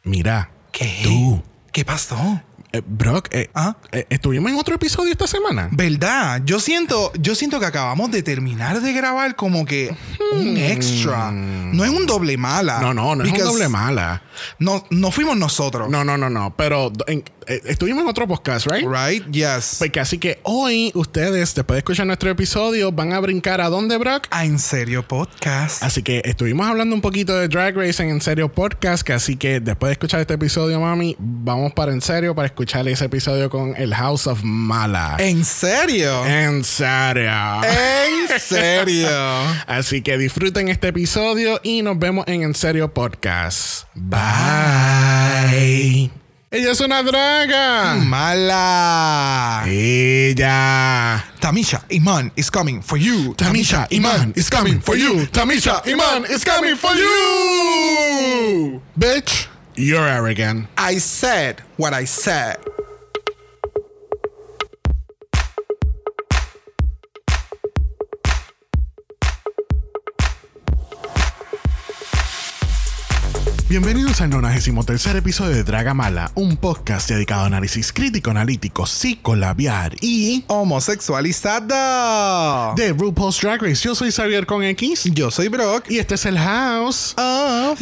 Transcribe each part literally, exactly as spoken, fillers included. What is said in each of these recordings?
Mira. ¿Qué? Tú. ¿Qué pasó? Eh, Brock, eh, ¿Ah? eh, ¿estuvimos en otro episodio esta semana? ¿Verdad? Yo siento, yo siento que acabamos de terminar de grabar como que un extra. No es un doble mala. No, no, no es un doble mala. No, no fuimos nosotros. No, no, no, no. Pero en, eh, estuvimos en otro podcast, ¿right? Right? Yes. Porque así que hoy ustedes, después de escuchar nuestro episodio, van a brincar ¿a dónde, Brock? Ah, En Serio Podcast. Así que estuvimos hablando un poquito de Drag Race en En Serio Podcast, que así que después de escuchar este episodio, mami, vamos para En Serio para escuchar ese episodio con el House of Mala. ¿En serio? En serio. ¿En serio? Así que disfruten este episodio y nos vemos en En Serio Podcast. Bye. Ella es una draga. Mala. Ella. Tamisha Iman is coming for you. Tamisha Iman is coming for you. Tamisha Iman is coming for you. Bitch, you're arrogant. I said what I said. Bienvenidos al nonagésimo tercer episodio de Draga Mala, un podcast dedicado a análisis crítico, analítico, psicolabiar y homosexualizada de RuPaul's Drag Race. Yo soy Xavier con X. Yo soy Brock Y este es el House of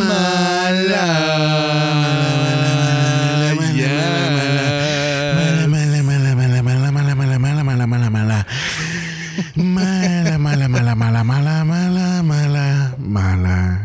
Mala, mala, mala, mala, mala, mala, mala, mala.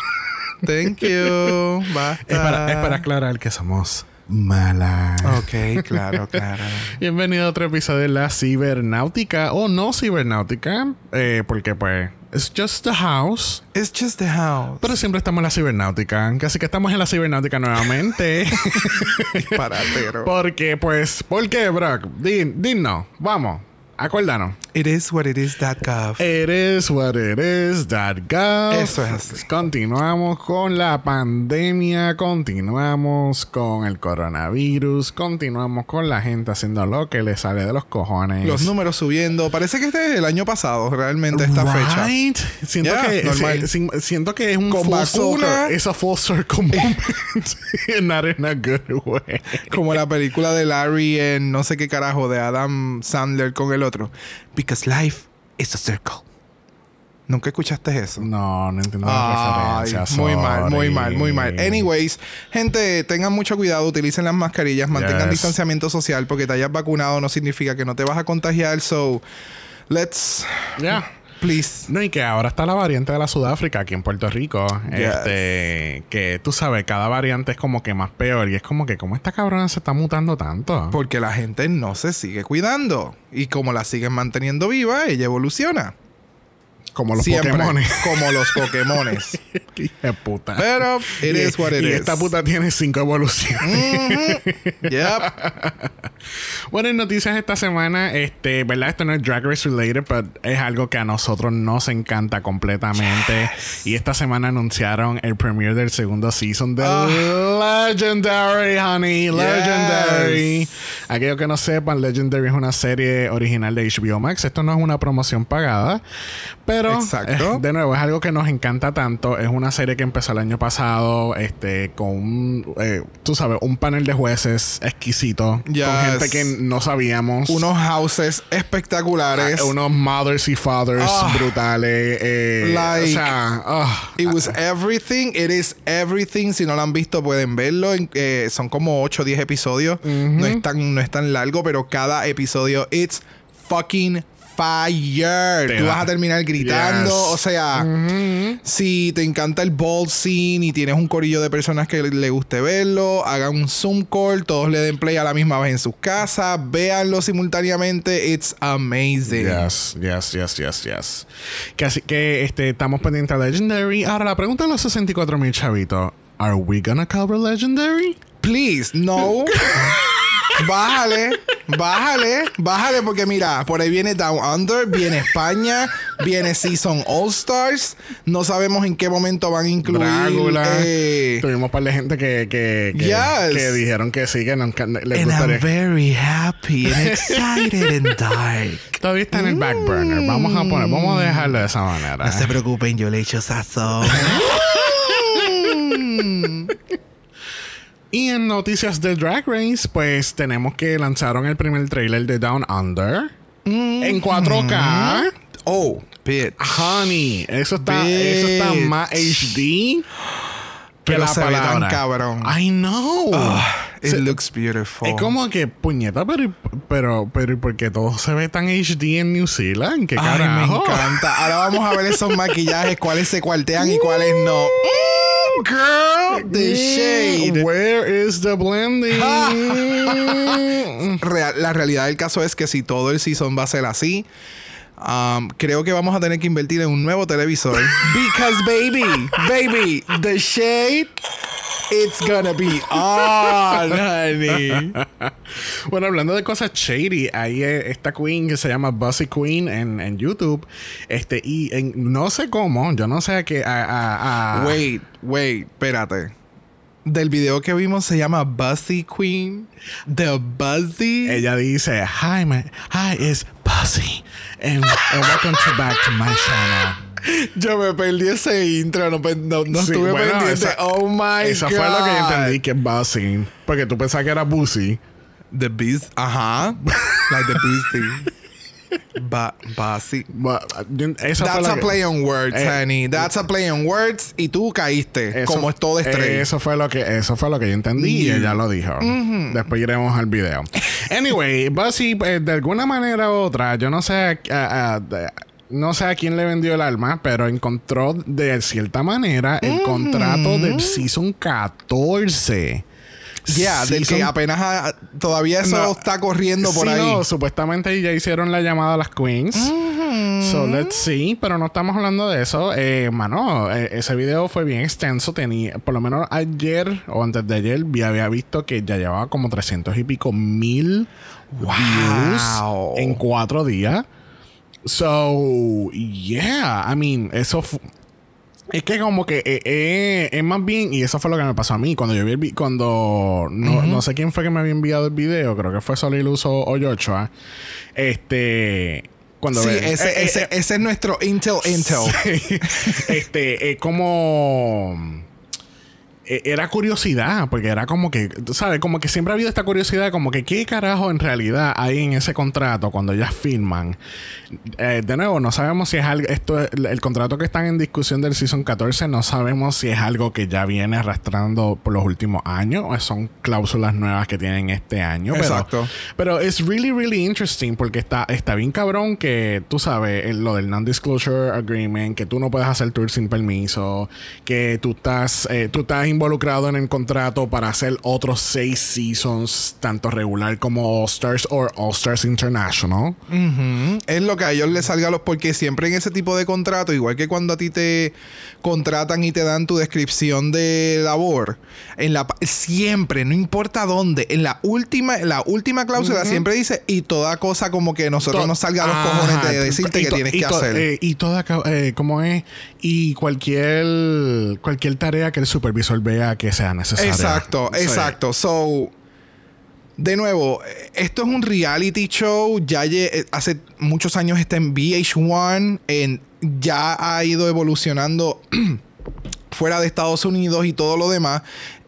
Thank you. Basta. Es para, es para aclarar que somos mala. Ok, claro, claro. Bienvenido a otro episodio de la cibernáutica o no cibernáutica, eh, porque pues it's just the house. It's just the house. Pero siempre estamos en la cibernáutica, así que estamos en la cibernáutica nuevamente. Disparatero. Porque pues, ¿por qué, Brock? Din, dinos, vamos, acuérdanos. It is what it is that gov. It is what it is that gov. Eso es así. Continuamos con la pandemia, continuamos con el coronavirus, continuamos con la gente haciendo lo que le sale de los cojones. Los números subiendo. Parece que este es el año pasado, realmente, esta right. fecha. Siento, Yeah, que, normal. si, si, siento que es un Con full vacuna. circle. Es a full circle moment. Not in a good way. Como la película de Larry en no sé qué carajo de Adam Sandler con el otro. Because life is a circle. ¿Nunca escuchaste eso? No, no entiendo Ay, la referencia. muy mal, muy sorry. mal, muy mal. Anyways, gente, tengan mucho cuidado, utilicen las mascarillas, mantengan Yes. distanciamiento social, porque te hayas vacunado no significa que no te vas a contagiar. So, let's... Yeah. Please. No, y que ahora está la variante de la Sudáfrica aquí en Puerto Rico. Yes. Este, que tú sabes, cada variante es como que más peor. Y es como que, ¿cómo esta cabrona se está mutando tanto? Porque la gente no se sigue cuidando. Y como la siguen manteniendo viva, ella evoluciona. Como los Siempre. Pokémones. Como los Pokémones. Qué hija de puta. Pero, it y, is what it y is. esta puta tiene cinco evoluciones. Mm-hmm. Yep. Bueno, en noticias esta semana, este, ¿verdad? Esto no es Drag Race related, pero es algo que a nosotros nos encanta completamente. Yes. Y esta semana anunciaron el premiere del segundo season de uh. Legendary, honey. Yes. Legendary. Aquellos que no sepan, Legendary es una serie original de H B O Max. Esto no es una promoción pagada, pero exacto. Eh, de nuevo, es algo que nos encanta tanto. Es una serie que empezó el año pasado, este, con un, eh, tú sabes, un panel de jueces exquisito. Yes. Con gente que no sabíamos. Unos houses espectaculares. Uh, unos mothers y fathers oh. brutales. Eh, like, o sea, oh. it was everything. It is everything. Si no lo han visto, pueden verlo. Eh, son como ocho o diez episodios. Mm-hmm. No es tan, no es tan largo, pero cada episodio, it's fucking fire. Te Tú da. vas a terminar gritando. Yes. O sea, mm-hmm. si te encanta el ball scene y tienes un corillo de personas que le, le guste verlo, hagan un Zoom call, todos le den play a la misma vez en sus casas, véanlo simultáneamente. It's amazing. Yes, yes, yes, yes, yes. Que así que este, estamos pendientes a Legendary. Ahora, la pregunta de los sesenta y cuatro mil chavitos. ¿Are we gonna cover Legendary? Please, no. Bájale, bájale, bájale, porque mira, por ahí viene Down Under, viene España, viene Season All Stars. No sabemos en qué momento van a incluir. Drácula. Eh, Tuvimos un par de gente que, que, que, yes. que dijeron que sí, que no, que les and gustaría. I'm very happy and excited and dark. Todavía está en el back burner. Vamos a poner, vamos a dejarlo de esa manera. No se preocupen, yo le echo sazón. Y en noticias de Drag Race, pues tenemos que lanzaron el primer trailer de Down Under mm-hmm. en cuatro K. Oh, bitch. Honey, eso está, bitch. Eso está más H D. Que pero la se palabra. ve tan cabrón. I know. Oh, it se, looks beautiful. Es como que puñeta, pero pero pero ¿por qué todo se ve tan H D en New Zealand? ¿Qué Ay, carajo? Me encanta. Ahora vamos a ver esos maquillajes, cuáles se cuartean y cuáles no. Mm, girl, the shade. Where is the blending? Real, la realidad del caso es que si todo el season va a ser así, Um, creo que vamos a tener que invertir en un nuevo televisor. Because baby, baby, the shade, it's gonna be on, honey. Bueno, hablando de cosas shady, hay eh, esta queen que se llama Bussy Queen en, en YouTube. Este, y en, no sé cómo, yo no sé a qué. A, a, a... Wait, wait, espérate. Del video que vimos se llama Bussy Queen. The Bussy. Ella dice, hi, my, hi, it's Bussy. And, and welcome to back to my channel. Yo me perdí ese intro. No, no, no sí, estuve bueno, pendiente. Esa, oh my esa God. Eso fue lo que yo entendí que es Bussy. Porque tú pensabas que era Bussy. The Beast. Ajá. Like the Beastie. Ba Bussy. But, eso That's fue a que, play on words, eh, honey. That's a play on words. Y tú caíste. Eso, como es todo estrella. Eso fue lo que, eso fue lo que yo entendí yeah. y ella lo dijo. Mm-hmm. Después iremos al video. Anyway, Bussy, eh, de alguna manera u otra, yo no sé. Uh, uh, de, no sé a quién le vendió el alma, pero encontró de cierta manera el mm-hmm. contrato del Season catorce. Ya, yeah, del que apenas a, todavía eso no, está corriendo por sí, ahí. No, supuestamente ya hicieron la llamada a las queens. Mm-hmm. So let's see, pero no estamos hablando de eso. Eh, mano, eh, ese video fue bien extenso. Tenía, por lo menos ayer o antes de ayer, ya había visto que ya llevaba como trescientos y pico mil wow. views en cuatro días. So, yeah, I mean, eso fue. Es que como que eh, eh, es más bien, y eso fue lo que me pasó a mí cuando yo vi el vi- cuando no, uh-huh. no sé quién fue que me había enviado el video, creo que fue Soliluso Oyochoa. Este cuando sí, ve, ese, eh, ese, eh, ese es nuestro Intel Intel. Sí. Este, es como era curiosidad, porque era como que, tú sabes, como que siempre ha habido esta curiosidad, como que qué carajo en realidad hay en ese contrato cuando ellas firman. Eh, de nuevo, no sabemos si es algo, esto, el, el contrato que están en discusión del Season catorce, no sabemos si es algo que ya viene arrastrando por los últimos años o son cláusulas nuevas que tienen este año. Exacto. Pero es really, really interesting porque está, está bien cabrón que, tú sabes, el, lo del Non-Disclosure Agreement, que tú no puedes hacer tour sin permiso, que tú estás, eh, tú estás involucrado en el contrato para hacer otros seis seasons, tanto regular como All Stars o All Stars International. Uh-huh. Es lo que a ellos les salga a los... Porque siempre en ese tipo de contrato, igual que cuando a ti te contratan y te dan tu descripción de labor, en la siempre, no importa dónde, en la última, la última cláusula uh-huh. siempre dice, y toda cosa como que nosotros to- nos salga a los ah, cojones de decirte que to- tienes que to- hacer. Eh, y toda, eh, ¿cómo es? Y cualquier cualquier tarea que el supervisor vea que sea necesaria. Exacto, sí. exacto. So, de nuevo, esto es un reality show. Ya ye- hace muchos años está en V H uno. En, ya ha ido evolucionando fuera de Estados Unidos y todo lo demás.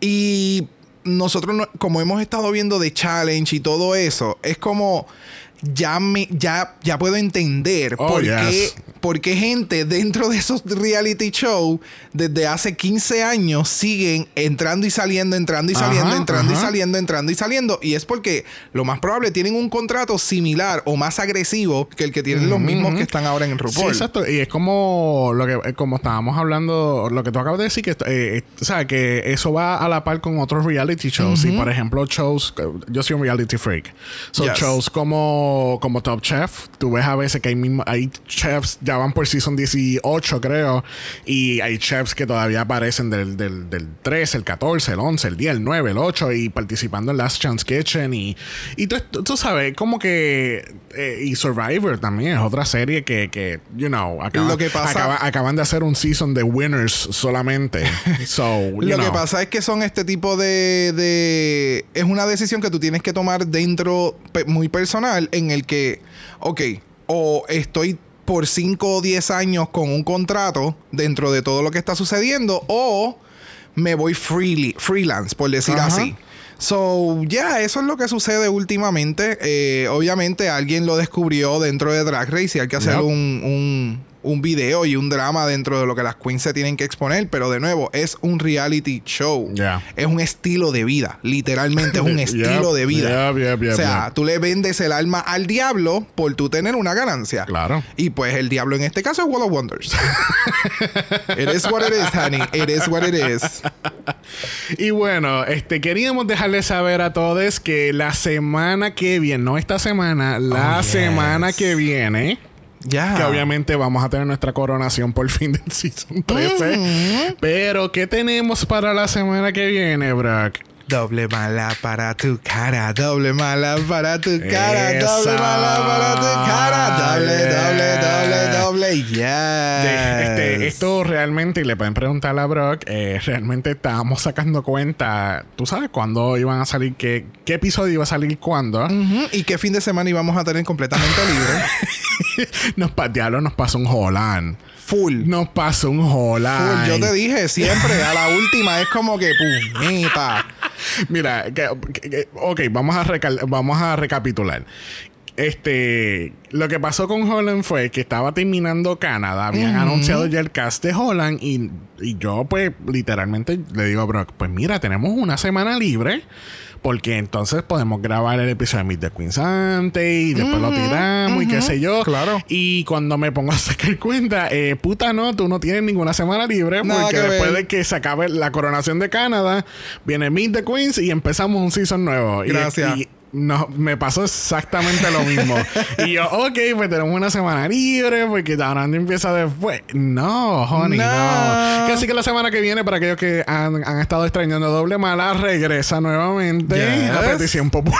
Y nosotros, no, como hemos estado viendo The Challenge y todo eso, es como... Ya me ya ya puedo entender oh, por, yes. qué, por qué gente dentro de esos reality shows desde hace quince años siguen entrando y saliendo, entrando y saliendo, ajá, entrando ajá. y saliendo, entrando y saliendo. Y es porque lo más probable tienen un contrato similar o más agresivo que el que tienen mm-hmm. los mismos que están ahora en RuPaul. Sí, exacto. Y es como lo que como estábamos hablando, lo que tú acabas de decir, que eh, o sea, que eso va a la par con otros reality shows. Mm-hmm. Y por ejemplo, shows, yo soy un reality freak. So yes. shows como como Top Chef, tú ves a veces que hay, mismo, hay chefs, ya van por season dieciocho creo, y hay chefs que todavía aparecen del, del, del trece, el catorce, el once, el diez, el nueve, el ocho y participando en Last Chance Kitchen y, y tú, tú sabes, como que eh, y Survivor también es otra serie que, que you know, acaba, lo que pasa, acaba, acaban de hacer un season de winners solamente. So, you lo know. que pasa es que son este tipo de, de es una decisión que tú tienes que tomar dentro pe- muy personal en el que, ok, o estoy por cinco o diez años con un contrato dentro de todo lo que está sucediendo, o me voy freely, freelance, por decir uh-huh. así. So, ya, yeah, eso es lo que sucede últimamente. Eh, obviamente, alguien lo descubrió dentro de Drag Race y hay que hacer yep. un, un, un video y un drama dentro de lo que las queens se tienen que exponer. Pero, de nuevo, es un reality show. Yeah. Es un estilo de vida. Literalmente, es un estilo yep. de vida. Yep, yep, yep, o sea, yep. tú le vendes el alma al diablo por tú tener una ganancia. Claro. Y, pues, el diablo en este caso es World of Wonders. It is what it is, honey. It is what it is. Y bueno, este queríamos dejarles saber a todos que la semana que viene, no esta semana, la oh, yes. semana que viene, yeah. que obviamente vamos a tener nuestra coronación por fin del Season trece. Mm-hmm. Pero, ¿qué tenemos para la semana que viene, Brock? Doble mala para tu cara, doble mala para tu cara, Esa. doble mala para tu cara, doble, yeah. doble, doble, doble, yes. Este, esto realmente, y le pueden preguntar a Brock, eh, realmente estábamos sacando cuenta, ¿tú sabes cuándo iban a salir? ¿Qué, qué episodio iba a salir cuándo? Uh-huh. Y qué fin de semana íbamos a tener completamente libre. nos patearon, nos pasó un Holland. Full. Nos pasó un Holland. Full. Yo te dije siempre, a la última es como que puñeta. Mira, que, que, ok, vamos a, recal vamos a recapitular. Este, lo que pasó con Holland fue que estaba terminando Canadá, habían uh-huh. anunciado ya el cast de Holland y, y yo pues literalmente le digo a Brock, pues mira, tenemos una semana libre. Porque entonces podemos grabar el episodio de Meet the Queens antes y después uh-huh, lo tiramos uh-huh, y qué sé yo. Claro. Y cuando me pongo a sacar cuenta, eh, puta no, tú no tienes ninguna semana libre. Nada porque después ver. de que se acabe la coronación de Canadá, viene Meet the Queens y empezamos un season nuevo. Gracias. Y, y, No, me pasó exactamente lo mismo. Y yo, ok, pues tenemos una semana libre porque Down empieza después. No, honey, no. no. Así que la semana que viene, para aquellos que han, han estado extrañando Doble Mala, regresa nuevamente yes. a petición popular.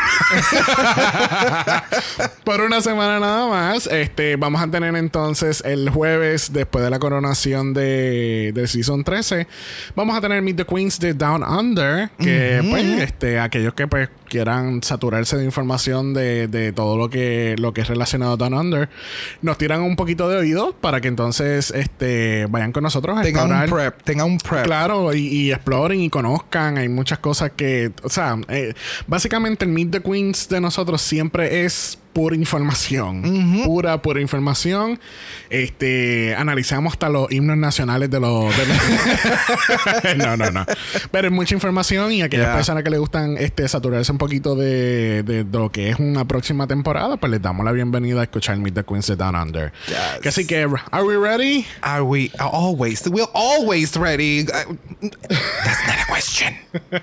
Por una semana nada más. Este, vamos a tener entonces el jueves, después de la coronación de, de Season trece, vamos a tener Meet the Queens de Down Under. Que, mm-hmm. pues, este, aquellos que pues quieran saturarse de información de, de todo lo que lo que es relacionado a Down Under, nos tiran un poquito de oído para que entonces este vayan con nosotros a tengan explorar. un prep, tengan un prep. Claro, y, y exploren y conozcan. Hay muchas cosas que, o sea, eh, básicamente el Meet the Queens de nosotros siempre es pura información. Uh-huh. Pura, pura información. Este, analizamos hasta los himnos nacionales de los... De los no, no, no. Pero es mucha información y a aquellas yeah. personas que les gustan este, saturarse un poquito de, de, de lo que es una próxima temporada, pues les damos la bienvenida a escuchar Meet the Queens de Down Under. Yes. Así que, ¿are we ready? Are we always? We're always ready. That's not a question.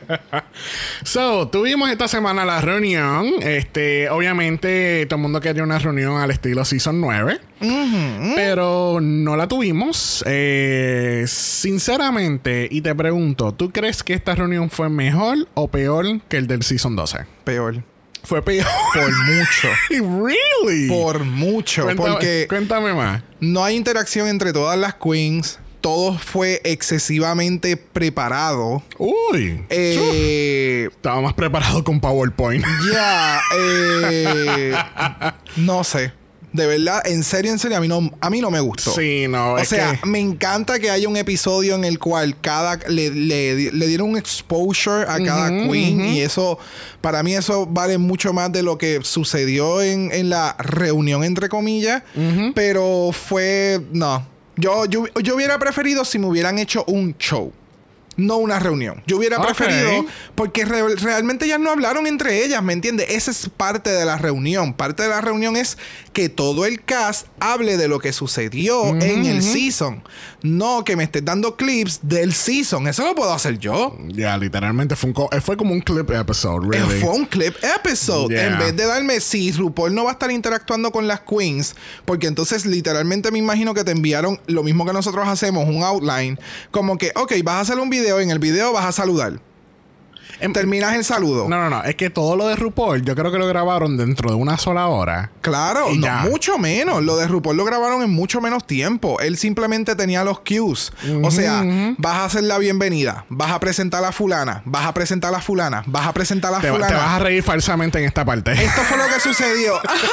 So, tuvimos esta semana la reunión. Este, obviamente... todo el mundo quería una reunión al estilo Season nueve. Uh-huh. Pero no la tuvimos. Eh, sinceramente, y te pregunto, ¿tú crees que esta reunión fue mejor o peor que el del Season doce? Peor. Fue peor. Por mucho. Really? Por mucho. Cuéntame, porque cuéntame más. No hay interacción entre todas las queens. Todo fue excesivamente preparado. Uy. Eh, Estaba más preparado con PowerPoint. Ya. Yeah, eh, no sé. De verdad, en serio, en serio, a mí no, a mí no me gustó. Sí, no. O es sea, que... me encanta que haya un episodio en el cual cada le, le, le dieron un exposure a cada uh-huh, queen. Uh-huh. Y eso, para mí, eso vale mucho más de lo que sucedió en, en la reunión, entre comillas. Uh-huh. Pero fue. No. Yo, yo, yo hubiera preferido si me hubieran hecho un show, no una reunión. Yo hubiera okay. preferido, porque re realmente ellas no hablaron entre ellas, ¿me entiendes? Esa es parte de la reunión. Parte de la reunión es que todo el cast hable de lo que sucedió mm-hmm. en el season. No que me estés dando clips del season. Eso lo puedo hacer yo. Ya, yeah, literalmente fue, un fue como un clip episode, really. Eh, fue un clip episode. Yeah. En vez de darme, si RuPaul no va a estar interactuando con las queens, porque entonces literalmente me imagino que te enviaron lo mismo que nosotros hacemos, un outline, como que, ok, vas a hacer un video, en el video vas a saludar. em, terminas el saludo. No, no, no. Es que todo lo de RuPaul, yo creo que lo grabaron dentro de una sola hora. Claro, no, mucho menos. Lo de RuPaul lo grabaron en mucho menos tiempo. Él simplemente tenía los cues. Uh-huh, o sea, uh-huh. vas a hacer la bienvenida, vas a presentar a la fulana, vas a presentar a la fulana, vas a presentar a la te, fulana. Te vas a reír falsamente en esta parte. Esto fue lo que sucedió.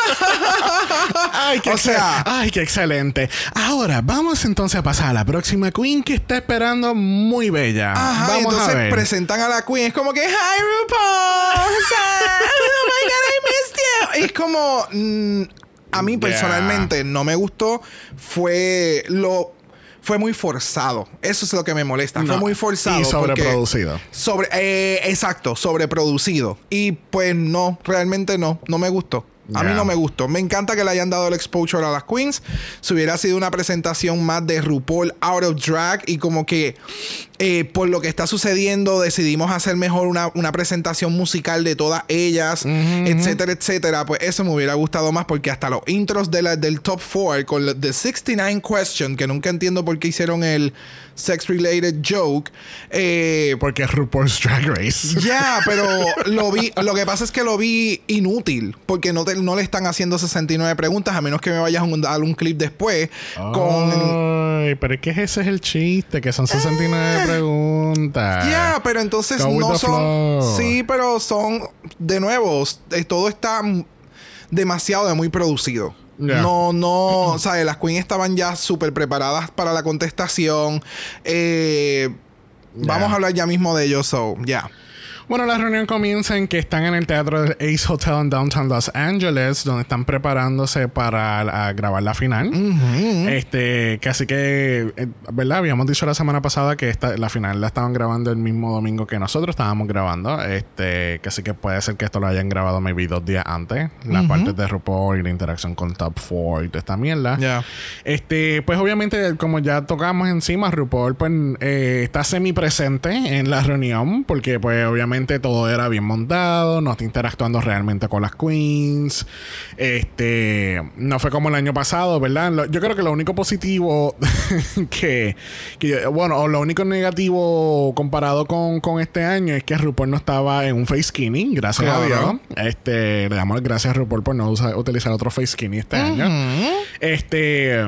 Ay, qué o sea, ay, qué excelente. Ahora, vamos entonces a pasar a la próxima queen que está esperando muy bella. Ajá, vamos entonces a ver. presentan a la queen. Es como que, hi, RuPaul. Oh my God, I missed you. Es como, mm, a mí personalmente yeah. no me gustó. Fue lo... Fue muy forzado. Eso es lo que me molesta. No. Fue muy forzado. Y sobreproducido. Sobre, eh, exacto, sobreproducido. Y pues no, realmente no. No me gustó. A yeah. mí no me gustó. Me encanta que le hayan dado el exposure a las queens. Si hubiera sido una presentación más de RuPaul out of drag y como que eh, por lo que está sucediendo decidimos hacer mejor una, una presentación musical de todas ellas, mm-hmm. etcétera, etcétera, pues eso me hubiera gustado más porque hasta los intros de la, del top four con la, The sixty nine Question, que nunca entiendo por qué hicieron el sex related joke, eh, porque es RuPaul's Drag Race. Ya, yeah, pero lo vi, lo que pasa es que lo vi inútil porque no, te, no le están haciendo sesenta y nueve preguntas a menos que me vayas a dar un clip después. Ay, con pero es que ese es el chiste, que son sesenta y nueve eh, preguntas. Ya, yeah, pero entonces Go no son flow. Sí, pero son de nuevo, todo está demasiado de muy producido. Yeah. No, no, o sea, las queens estaban ya súper preparadas para la contestación. Eh, yeah. Vamos a hablar ya mismo de ellos, so, ya. Yeah. Bueno, la reunión comienza en que están en el teatro del Ace Hotel en Downtown Los Angeles, donde están preparándose para a grabar la final. Uh-huh. Este, casi que, ¿verdad? Habíamos dicho la semana pasada que esta, la final la estaban grabando el mismo domingo que nosotros estábamos grabando. Este, casi que puede ser que esto lo hayan grabado maybe dos días antes. Las uh-huh. partes de RuPaul y la interacción con Top Four y toda esta mierda. Yeah. Este, pues obviamente, como ya tocamos encima, RuPaul pues eh, está semi-presente en la reunión, porque pues obviamente todo era bien montado, no está interactuando realmente con las queens. Este, no fue como el año pasado, ¿verdad? Lo, yo creo que lo único positivo que, que, bueno, o lo único negativo comparado con, con este año es que RuPaul no estaba en un face skinny, gracias claro. a Dios. Este, le damos gracias a RuPaul por no usar, utilizar otro face skinny este uh-huh. año. Este,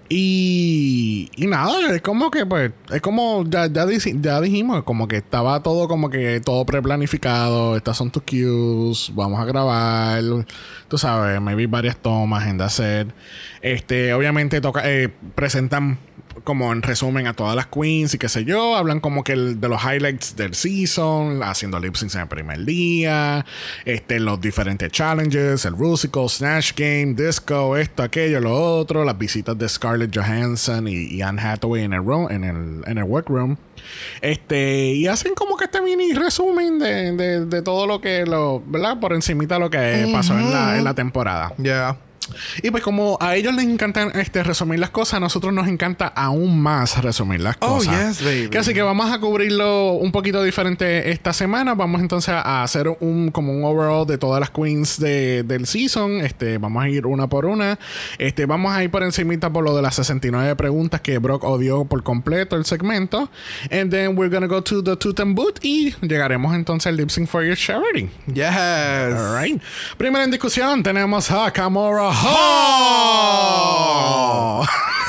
Y, y nada, es como que pues es como ya, ya, ya dijimos, como que estaba todo como que todo preplanificado. Estas son tus cues, vamos a grabar, tú sabes, maybe varias tomas en that's it. Este, obviamente toca, eh, presentan como en resumen a todas las queens y qué sé yo, hablan como que el, de los highlights del season, haciendo lip syncs en el primer día, este, los diferentes challenges, el Rusical, Snatch Game, Disco, esto, aquello, lo otro, las visitas de Scarlett Johansson y, y Anne Hathaway en el room, en el, en el workroom. Este, y hacen como que este mini resumen de, de, de todo lo que lo, ¿verdad? Por encimita lo que mm-hmm. pasó en la, en la temporada. Ya. Yeah. Y pues como a ellos les encanta este, resumir las cosas, a nosotros nos encanta aún más resumir las oh, cosas. Oh, yes, baby. Así que vamos a cubrirlo un poquito diferente esta semana. Vamos entonces a hacer un como un overall de todas las queens de, del season. Este, vamos a ir una por una. Este, vamos a ir por encimita por lo de las sesenta y nueve preguntas que Brock odió por completo el segmento. And then we're gonna go to the Toot and Boot y llegaremos entonces al Lip Sync for Your Charity. Yes. All right. Primera en discusión tenemos a Camora Oh.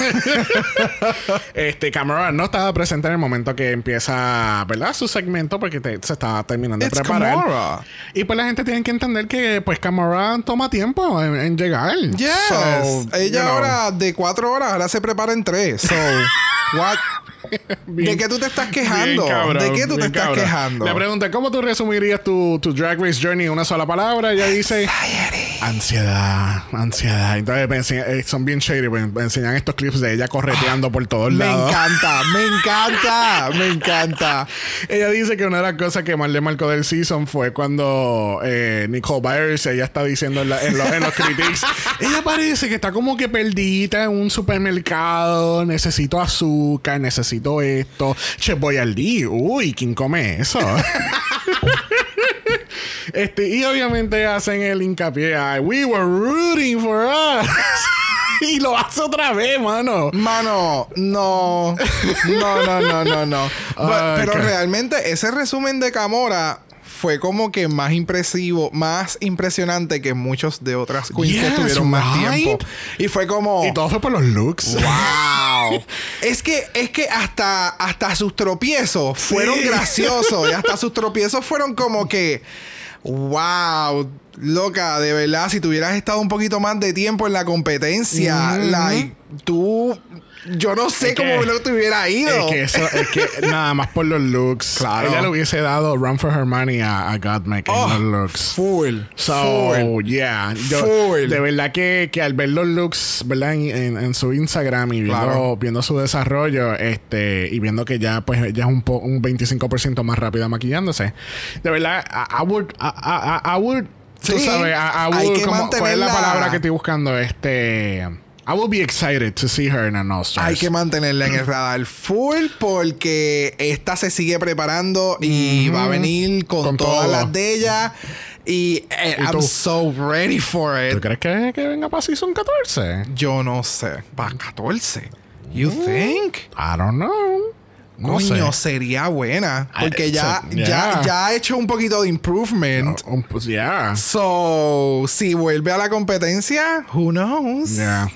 este Cameron no estaba presente en el momento que empieza, ¿verdad? Su segmento porque te, se estaba terminando It's de preparar. Camora. Y pues la gente tiene que entender que pues Cameron toma tiempo en, en llegar. Yes. So, Ella you know. ahora de cuatro horas ahora se prepara en tres. So, what? Bien, ¿de qué tú te estás quejando? Cabrón, ¿De qué tú te estás cabrón. quejando? Le pregunté, ¿cómo tú resumirías tu, tu Drag Race Journey en una sola palabra? Y ella dice... Ansiedad. Ansiedad. Entonces me enseñan, eh, son bien shady. Me, me enseñan estos clips de ella correteando por todos me lados. Me encanta. Me encanta. Me encanta. Ella dice que una de las cosas que más le marcó del season fue cuando eh, Nicole Byers, ella está diciendo en, la, en, lo, en los critiques, ella parece que está como que perdida en un supermercado. Necesito azúcar, necesito esto. Che, voy al día. Uy, ¿quién come eso? este, y obviamente hacen el hincapié a We were rooting for us. Y lo hace otra vez, mano. Mano, no. No, no, no, no, no. But, uh, pero okay. realmente ese resumen de Camora fue como que más impresivo, más impresionante que muchos de otras queens Yes, que estuvieron más right? tiempo. Y fue como... Y todo fue por los looks. ¡Wow! es que, es que hasta, hasta sus tropiezos fueron Sí. graciosos. Y hasta sus tropiezos fueron como que... ¡Wow! Loca, de verdad, si tuvieras estado un poquito más de tiempo en la competencia, Mm-hmm. like, tú... Yo no sé Es cómo que- lo te hubiera ido. Es que eso, es que nada más por los looks. Claro. Ella le hubiese dado Run for Her Money a, a Gottmik en Oh, los looks. Full. So, full. yeah. Yo, Full. de verdad que, que al ver los looks, ¿verdad? En, en, en su Instagram y viendo, Claro. viendo su desarrollo, este, y viendo que ya, pues, ya es un, po, un veinticinco por ciento más rápida maquillándose. De verdad, I, I would, I, I, I would, tú Sí. sabes, I, I Hay would, que como, ¿cuál es la mantenerla- palabra que estoy buscando? Este, I would be excited to see her in an All-Stars. Hay que mantenerla en el radar full porque esta se sigue preparando y va a venir con, Con todas todo. las de ella. Y, eh, ¿Y I'm tú? so ready for ¿Tú it. crees que, que venga para Season catorce? Yo no sé. ¿Para catorce? You think? I don't know. No Coño, sé. sería buena. Porque I- ya, so- ya, yeah. ya ha hecho un poquito de improvement. Um, pues, yeah. So, si vuelve a la competencia, who knows? Yeah.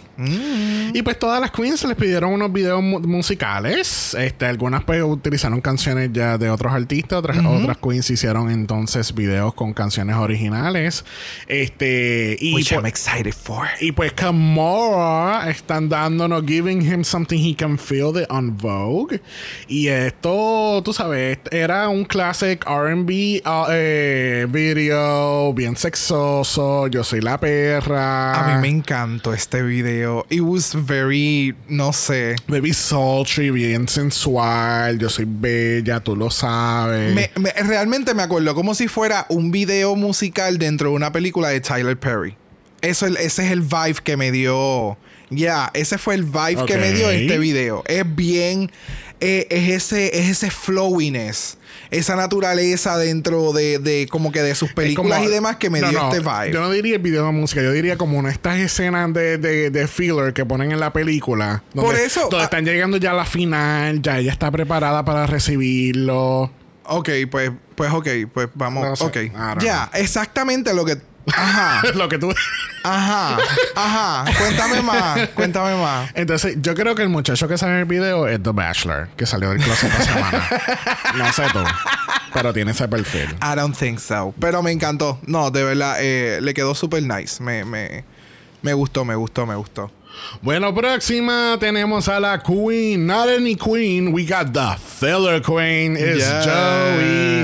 Y pues todas las queens les pidieron unos videos mu- musicales. Este, algunas pues utilizaron canciones ya de otros artistas, otras, otras queens hicieron entonces videos con canciones originales. Este, y Which pues, I'm excited for. y pues Kamora están dándonos Giving Him Something He Can Feel de On Vogue. Y esto, tú sabes, era un classic R and B uh, eh, video, bien sexoso. Yo soy la perra. A mí me encantó este video. It was very, no sé. Baby sultry, bien sensual. Yo soy bella, tú lo sabes. Me, me- realmente me acuerdo como si fuera un video musical dentro de una película de Tyler Perry. Eso, el- ese es el vibe que me dio. Ya, yeah, ese fue el vibe que me dio Ok. este video. Es bien, eh, es ese, es ese flowiness, esa naturaleza dentro de, de como que de sus películas como- y demás que me no, dio no, este vibe. Yo no diría el video de música, yo diría como una estas escenas de, de, de filler que ponen en la película. Donde, Por eso, Donde ah, están llegando ya a la final, ya ella está preparada para recibirlo. Ok, pues, pues ok, pues vamos. No sé. Ok. I don't Ya, exactamente lo que. Ajá. Lo que tú. Ajá. Ajá. Cuéntame más. Cuéntame más. Entonces, yo creo que el muchacho que sale en el video es The Bachelor, que salió del closet esta semana. No sé tú, pero tiene ese perfil. I don't think so. Pero me encantó. No, de verdad, eh, le quedó super nice. Me, me, me gustó, me gustó, me gustó. Bueno, próxima tenemos a la Queen. Not any Queen. We got the Filler Queen. It's Yes. Joey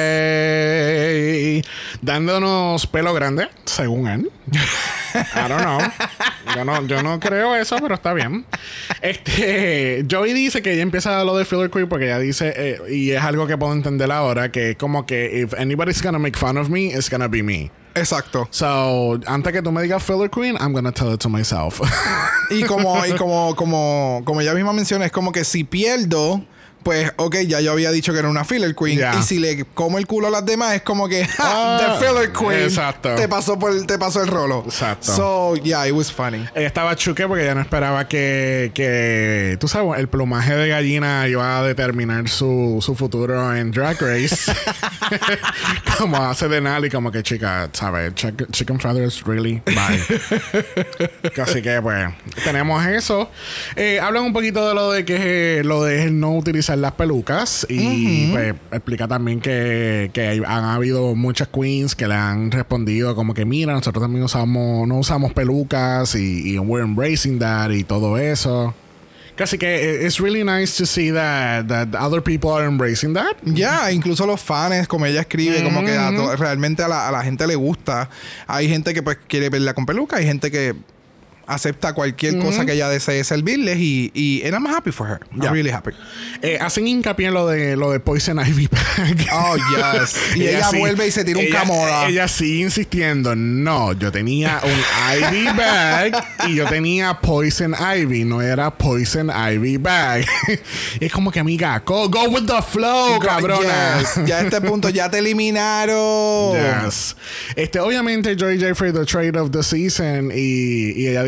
J. Dándonos pelo grande, según él. I don't know. Yo no, yo no creo eso, pero está bien. Este, Joey dice que ella empieza lo de Filler Queen porque ella dice, eh, y es algo que puedo entender ahora, que es como que if anybody's gonna make fun of me, it's gonna be me. Exacto. So, antes que tú me digas Filler Queen, I'm gonna tell it to myself. Y como, y como, como, como ella misma menciona, es como que si pierdo, pues, ok, ya yo había dicho que era una filler queen. Yeah. Y si le como el culo a las demás, es como que, ¡ja! Ah, The filler queen. exacto. Te pasó por el, te pasó el rolo. Exacto. So, yeah, it was funny. Ella estaba chuque porque ella no esperaba que, que, tú sabes, el plumaje de gallina iba a determinar su, su futuro en Drag Race. Como hace Denali, como que chica, ¿sabes? Chick- Chicken feathers, really? Bye. Así que, pues, tenemos eso. Eh, hablan un poquito de lo de que lo de no utilizar las pelucas y pues explica también que, que hay- han habido muchas queens que le han respondido como que mira, nosotros también usamos no usamos pelucas y, y we're embracing that y todo eso. Casi que it's really nice to see that, that other people are embracing that. Ya, incluso los fans, como ella escribe, como que a to- realmente a la, a la gente le gusta. Hay gente que pues quiere verla con peluca, hay gente que acepta cualquier cosa que ella desee servirles y, y and I'm happy for her. Yeah. I'm really happy. Eh, hacen hincapié en lo de lo de Poison Ivy Bag. Oh, yes. Y ella vuelve y se tira un ella- Kamora. Ella sigue insistiendo. No, yo tenía un Ivy Bag y yo tenía Poison Ivy. No era Poison Ivy Bag. Y es como que, amiga, go, go with the flow, cabrona. Yes. Ya a este punto ya te eliminaron. Yes. Este, obviamente, Joy J fue the trade of the season y, y ella dice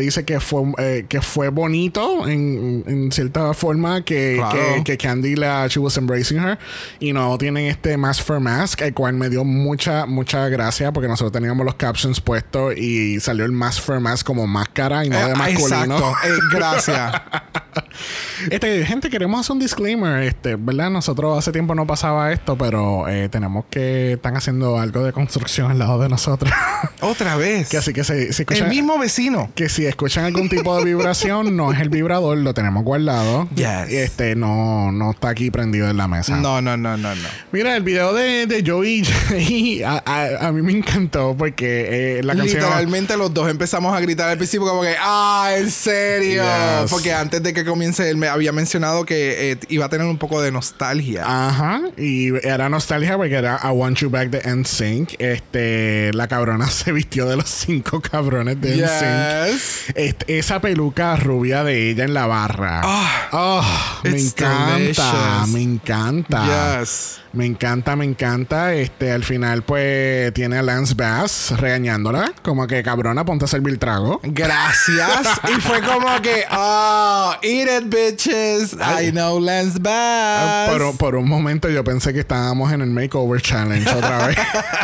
dice que fue eh, que fue bonito en, en cierta forma que, Claro. que, que Candy la she was embracing her y no tienen este mask for mask, el cual me dio mucha mucha gracia porque nosotros teníamos los captions puestos y salió el mask for mask como máscara y no de Eh, masculino. Exacto. Eh, gracias. Este, gente, queremos hacer un disclaimer, este, ¿verdad? Nosotros hace tiempo no pasaba esto, pero eh, tenemos que están haciendo algo de construcción al lado de nosotros. Otra vez. Que así que se, se escuchan, El mismo vecino. que si escuchan algún tipo de vibración, no es el vibrador, lo tenemos guardado. Yes. Y este no, no está aquí prendido en la mesa. No, no, no, no, no. Mira, el video de, de Joey y Jay, a, a, a mí me encantó porque eh, la canción... Literalmente los dos empezamos a gritar al principio como que ¡ah, en serio! Yes. Porque antes de que comience él me había mencionado que eh, iba a tener un poco de nostalgia. Ajá, y era nostalgia porque era I Want You Back de N Sync. Este, la cabrona se vistió de los cinco cabrones de N Sync. Yes. Este, esa peluca rubia de ella en la barra. Ah, Oh, me it's encanta, delicious. me encanta. Yes. Me encanta, me encanta. Este, al final, pues, tiene a Lance Bass regañándola. Como que cabrona, ponte a servir trago. Gracias. Y fue como que, oh, eat it, bitches. I know Lance Bass. Por, por un momento yo pensé que estábamos en el Makeover Challenge otra vez.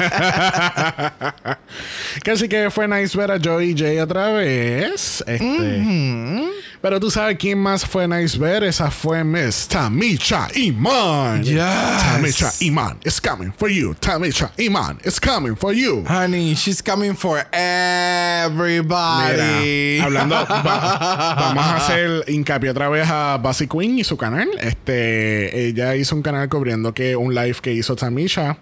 Que así que fue nice ver a Joey y Jay otra vez. Este, Mm-hmm. Pero tú sabes quién más fue nice ver. Esa fue Miss Tamisha Iman. Yes. Tamisha Iman is coming for you. Tamisha Iman is coming for you. Honey, she's coming for everybody. Mira, hablando, va- vamos a hacer hincapié otra vez a Bassy Queen y su canal. Este, ella hizo un canal cubriendo que un live que hizo Tamisha,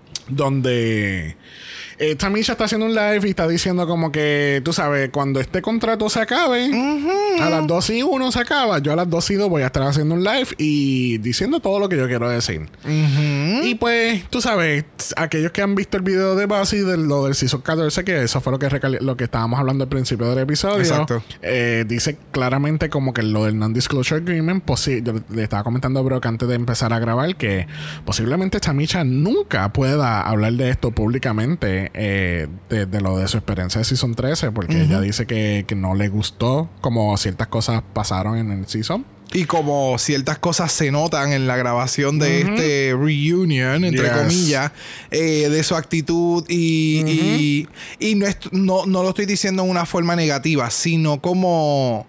donde eh, Tamisha está haciendo un live y está diciendo como que, tú sabes, cuando este contrato se acabe, uh-huh. a las dos y uno se acaba, yo a las dos y dos voy a estar haciendo un live y diciendo todo lo que yo quiero decir. Uh-huh. Y pues, tú sabes, aquellos que han visto el video de Bassy de lo del Season catorce, que eso fue lo que, recal- lo que estábamos hablando al principio del episodio. Exacto. Eh, dice claramente como que lo del Non-Disclosure Agreement, posi- yo le estaba comentando a Brock antes de empezar a grabar que posiblemente Tamisha nunca pueda hablar de esto públicamente, eh, de, de lo de su experiencia de Season trece, porque uh-huh. ella dice que, que no le gustó como ciertas cosas pasaron en el Season. Y como ciertas cosas se notan en la grabación de uh-huh. este reunion, entre yes. comillas, eh, de su actitud y, uh-huh. y, y no, es, no, no lo estoy diciendo en una forma negativa, sino como,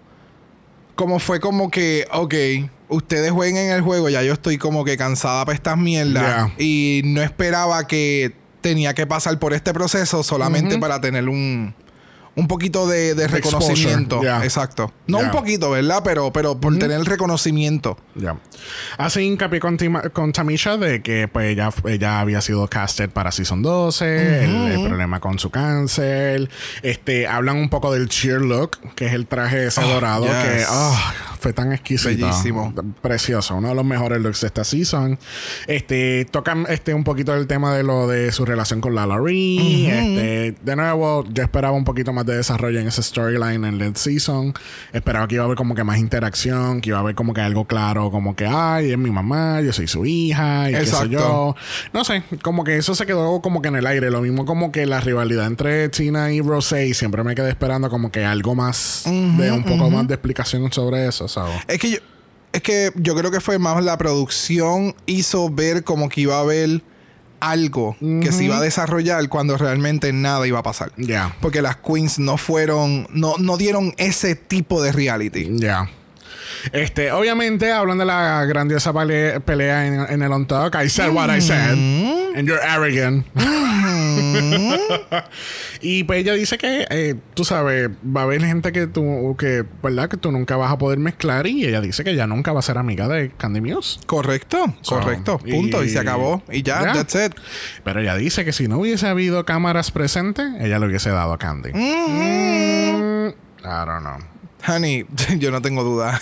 como fue como que, ok, ustedes jueguen el juego, ya yo estoy como que cansada para estas mierdas yeah. y no esperaba que tenía que pasar por este proceso solamente uh-huh. para tener un... Un poquito de, de reconocimiento. Yeah. Exacto. No yeah. un poquito, ¿verdad? Pero, pero por mm-hmm. tener el reconocimiento. Ya. Yeah. Hace hincapié con, Tima, con Tamisha de que pues ella, ella había sido casted para Season doce. Mm-hmm. el, el problema con su cáncer. Este, hablan un poco del cheer look, que es el traje ese oh, dorado yes. que oh, fue tan exquisito. Bellísimo. Precioso. Uno de los mejores looks de esta season. Este, tocan este, un poquito del tema de lo de su relación con Lala Ree. Mm-hmm. Este, de nuevo, yo esperaba un poquito más de desarrollo en ese storyline en Lead Season. Esperaba que iba a haber como que más interacción, que iba a haber como que algo claro, como que ay, es mi mamá, yo soy su hija, y exacto. qué sé yo. No sé, como que eso se quedó como que en el aire. Lo mismo como que la rivalidad entre Tina y Rosé, y siempre me quedé esperando como que algo más uh-huh, de un poco uh-huh. más de explicación sobre eso, ¿sabes? Es que yo, es que yo creo que fue más la producción hizo ver como que iba a haber algo uh-huh. que se iba a desarrollar cuando realmente nada iba a pasar. Ya. Yeah. Porque las queens no fueron, no, no dieron ese tipo de reality. Ya. Yeah. Este, obviamente, hablan de la grandiosa pale- pelea en, en el On Talk. I said what I said. Mm-hmm. And you're arrogant. Mm-hmm. Y pues ella dice que, eh, tú sabes, va a haber gente que tú, que, ¿verdad? Que tú nunca vas a poder mezclar. Y ella dice que ya nunca va a ser amiga de Candy Muse. Correcto, so, correcto. Punto. Y, y se acabó. Y ya, yeah. that's it. Pero ella dice que si no hubiese habido cámaras presentes, ella le hubiese dado a Candy. Mm-hmm. Mm, I don't know. Honey, yo no tengo duda.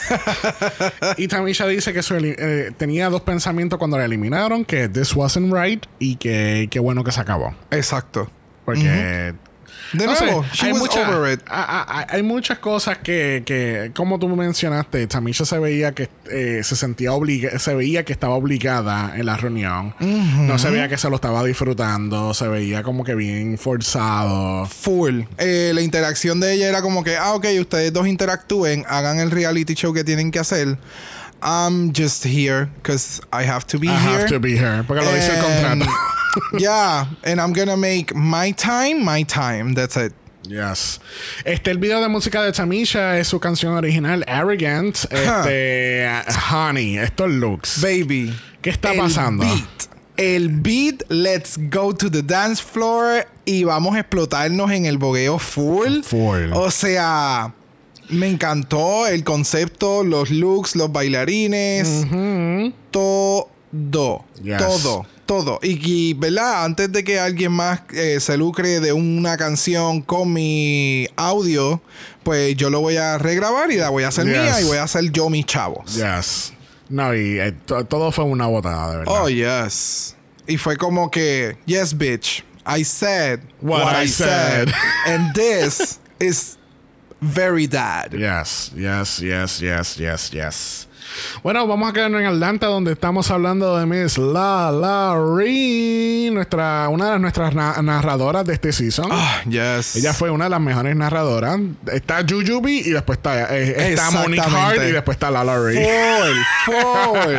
Y Tamisha dice que su, eh, tenía dos pensamientos cuando la eliminaron, que this wasn't right y que qué bueno que se acabó. Exacto. Porque, uh-huh. De no nuevo, sé, she hay, was mucha- over it. a- a- hay muchas cosas que, que, como tú mencionaste, Tamisha se veía que eh, se sentía obligada, se veía que estaba obligada en la reunión. No se veía que se lo estaba disfrutando, se veía como que bien forzado. Full. Eh, la interacción de ella era como que, ah, ok, ustedes dos interactúen, hagan el reality show que tienen que hacer. I'm just here because I have to be I here. have to be here, porque lo dice el And- contrato. Yeah, and I'm gonna make my time, my time. That's it. Yes. Este, el video de música de Tamisha es su canción original, Arrogant. Este, Honey, estos looks. Baby. ¿Qué está el pasando? Beat. El beat, let's go to the dance floor y vamos a explotarnos en el bogueo full. Full. O sea, me encantó el concepto, los looks, los bailarines, todo, Yes. todo, todo. Y, y, ¿verdad? Antes de que alguien más eh, se lucre de una canción con mi audio, pues yo lo voy a regrabar y la voy a hacer Yes. mía y voy a hacer yo mis chavos. Yes. No, y eh, to- todo fue una botada, de verdad. Oh, yes. Y fue como que, yes, bitch. I said What what, I I said. said. And this is very dad. Yes, yes, yes, yes, yes, yes. Bueno, vamos a quedarnos en Atlanta, donde estamos hablando de Miss La Larry, nuestra, una de nuestras na- narradoras de este season. Ah, yes. Ella fue una de las mejores narradoras. Está Jujubee y después está, eh, está Monique Hart Exactamente. y después está La Larry. Full,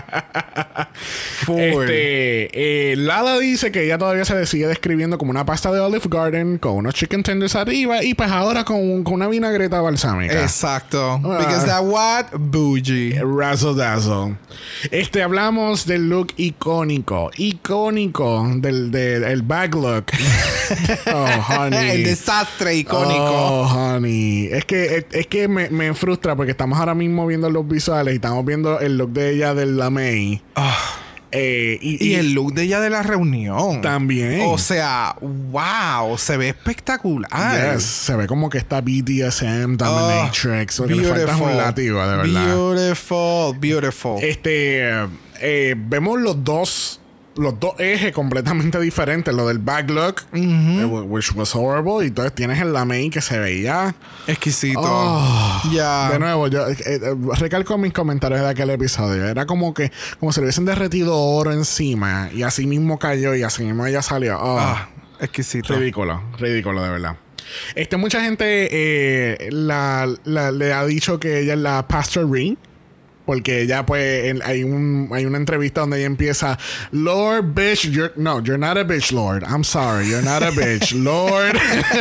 full. Full. Este, eh, Lala dice que ella todavía se sigue describiendo como una pasta de Olive Garden con unos chicken tenders arriba y pues ahora con, con una vinagreta balsámica. Exacto. Ah. Because that what? Bougie. Razzle dazzle. Este, hablamos del look icónico. Icónico del, del el bag look. Oh, honey. El desastre icónico. Oh, honey. Es que, es, es que me, me frustra porque estamos ahora mismo viendo los visuales y estamos viendo el look de ella del Lamey. Ah. Eh, y, Y el look de ella de la reunión. También. O sea, wow, se ve espectacular. Yes, se ve como que está B D S M, Dominatrix. Oh, porque le falta un látigo, de verdad. Beautiful, beautiful. Este, eh, vemos los dos, los dos ejes completamente diferentes. Lo del back look, eh, which was horrible. Y entonces tienes el Lamey que se veía. Exquisito. Oh, Ya. De nuevo, yo eh, eh, recalco mis comentarios de aquel episodio. Era como que, como si le hubiesen derretido oro encima. Y así mismo cayó y así mismo ella salió. Oh, Ah, exquisito. ridículo, ridículo, de verdad. Este, mucha gente eh, la, la- le ha dicho que ella es la Pastor Ring. Porque ella, pues, en- hay, un, hay una entrevista donde ella empieza, Lord, bitch, you're, no, you're not a bitch, Lord. I'm sorry, you're not a bitch, Lord.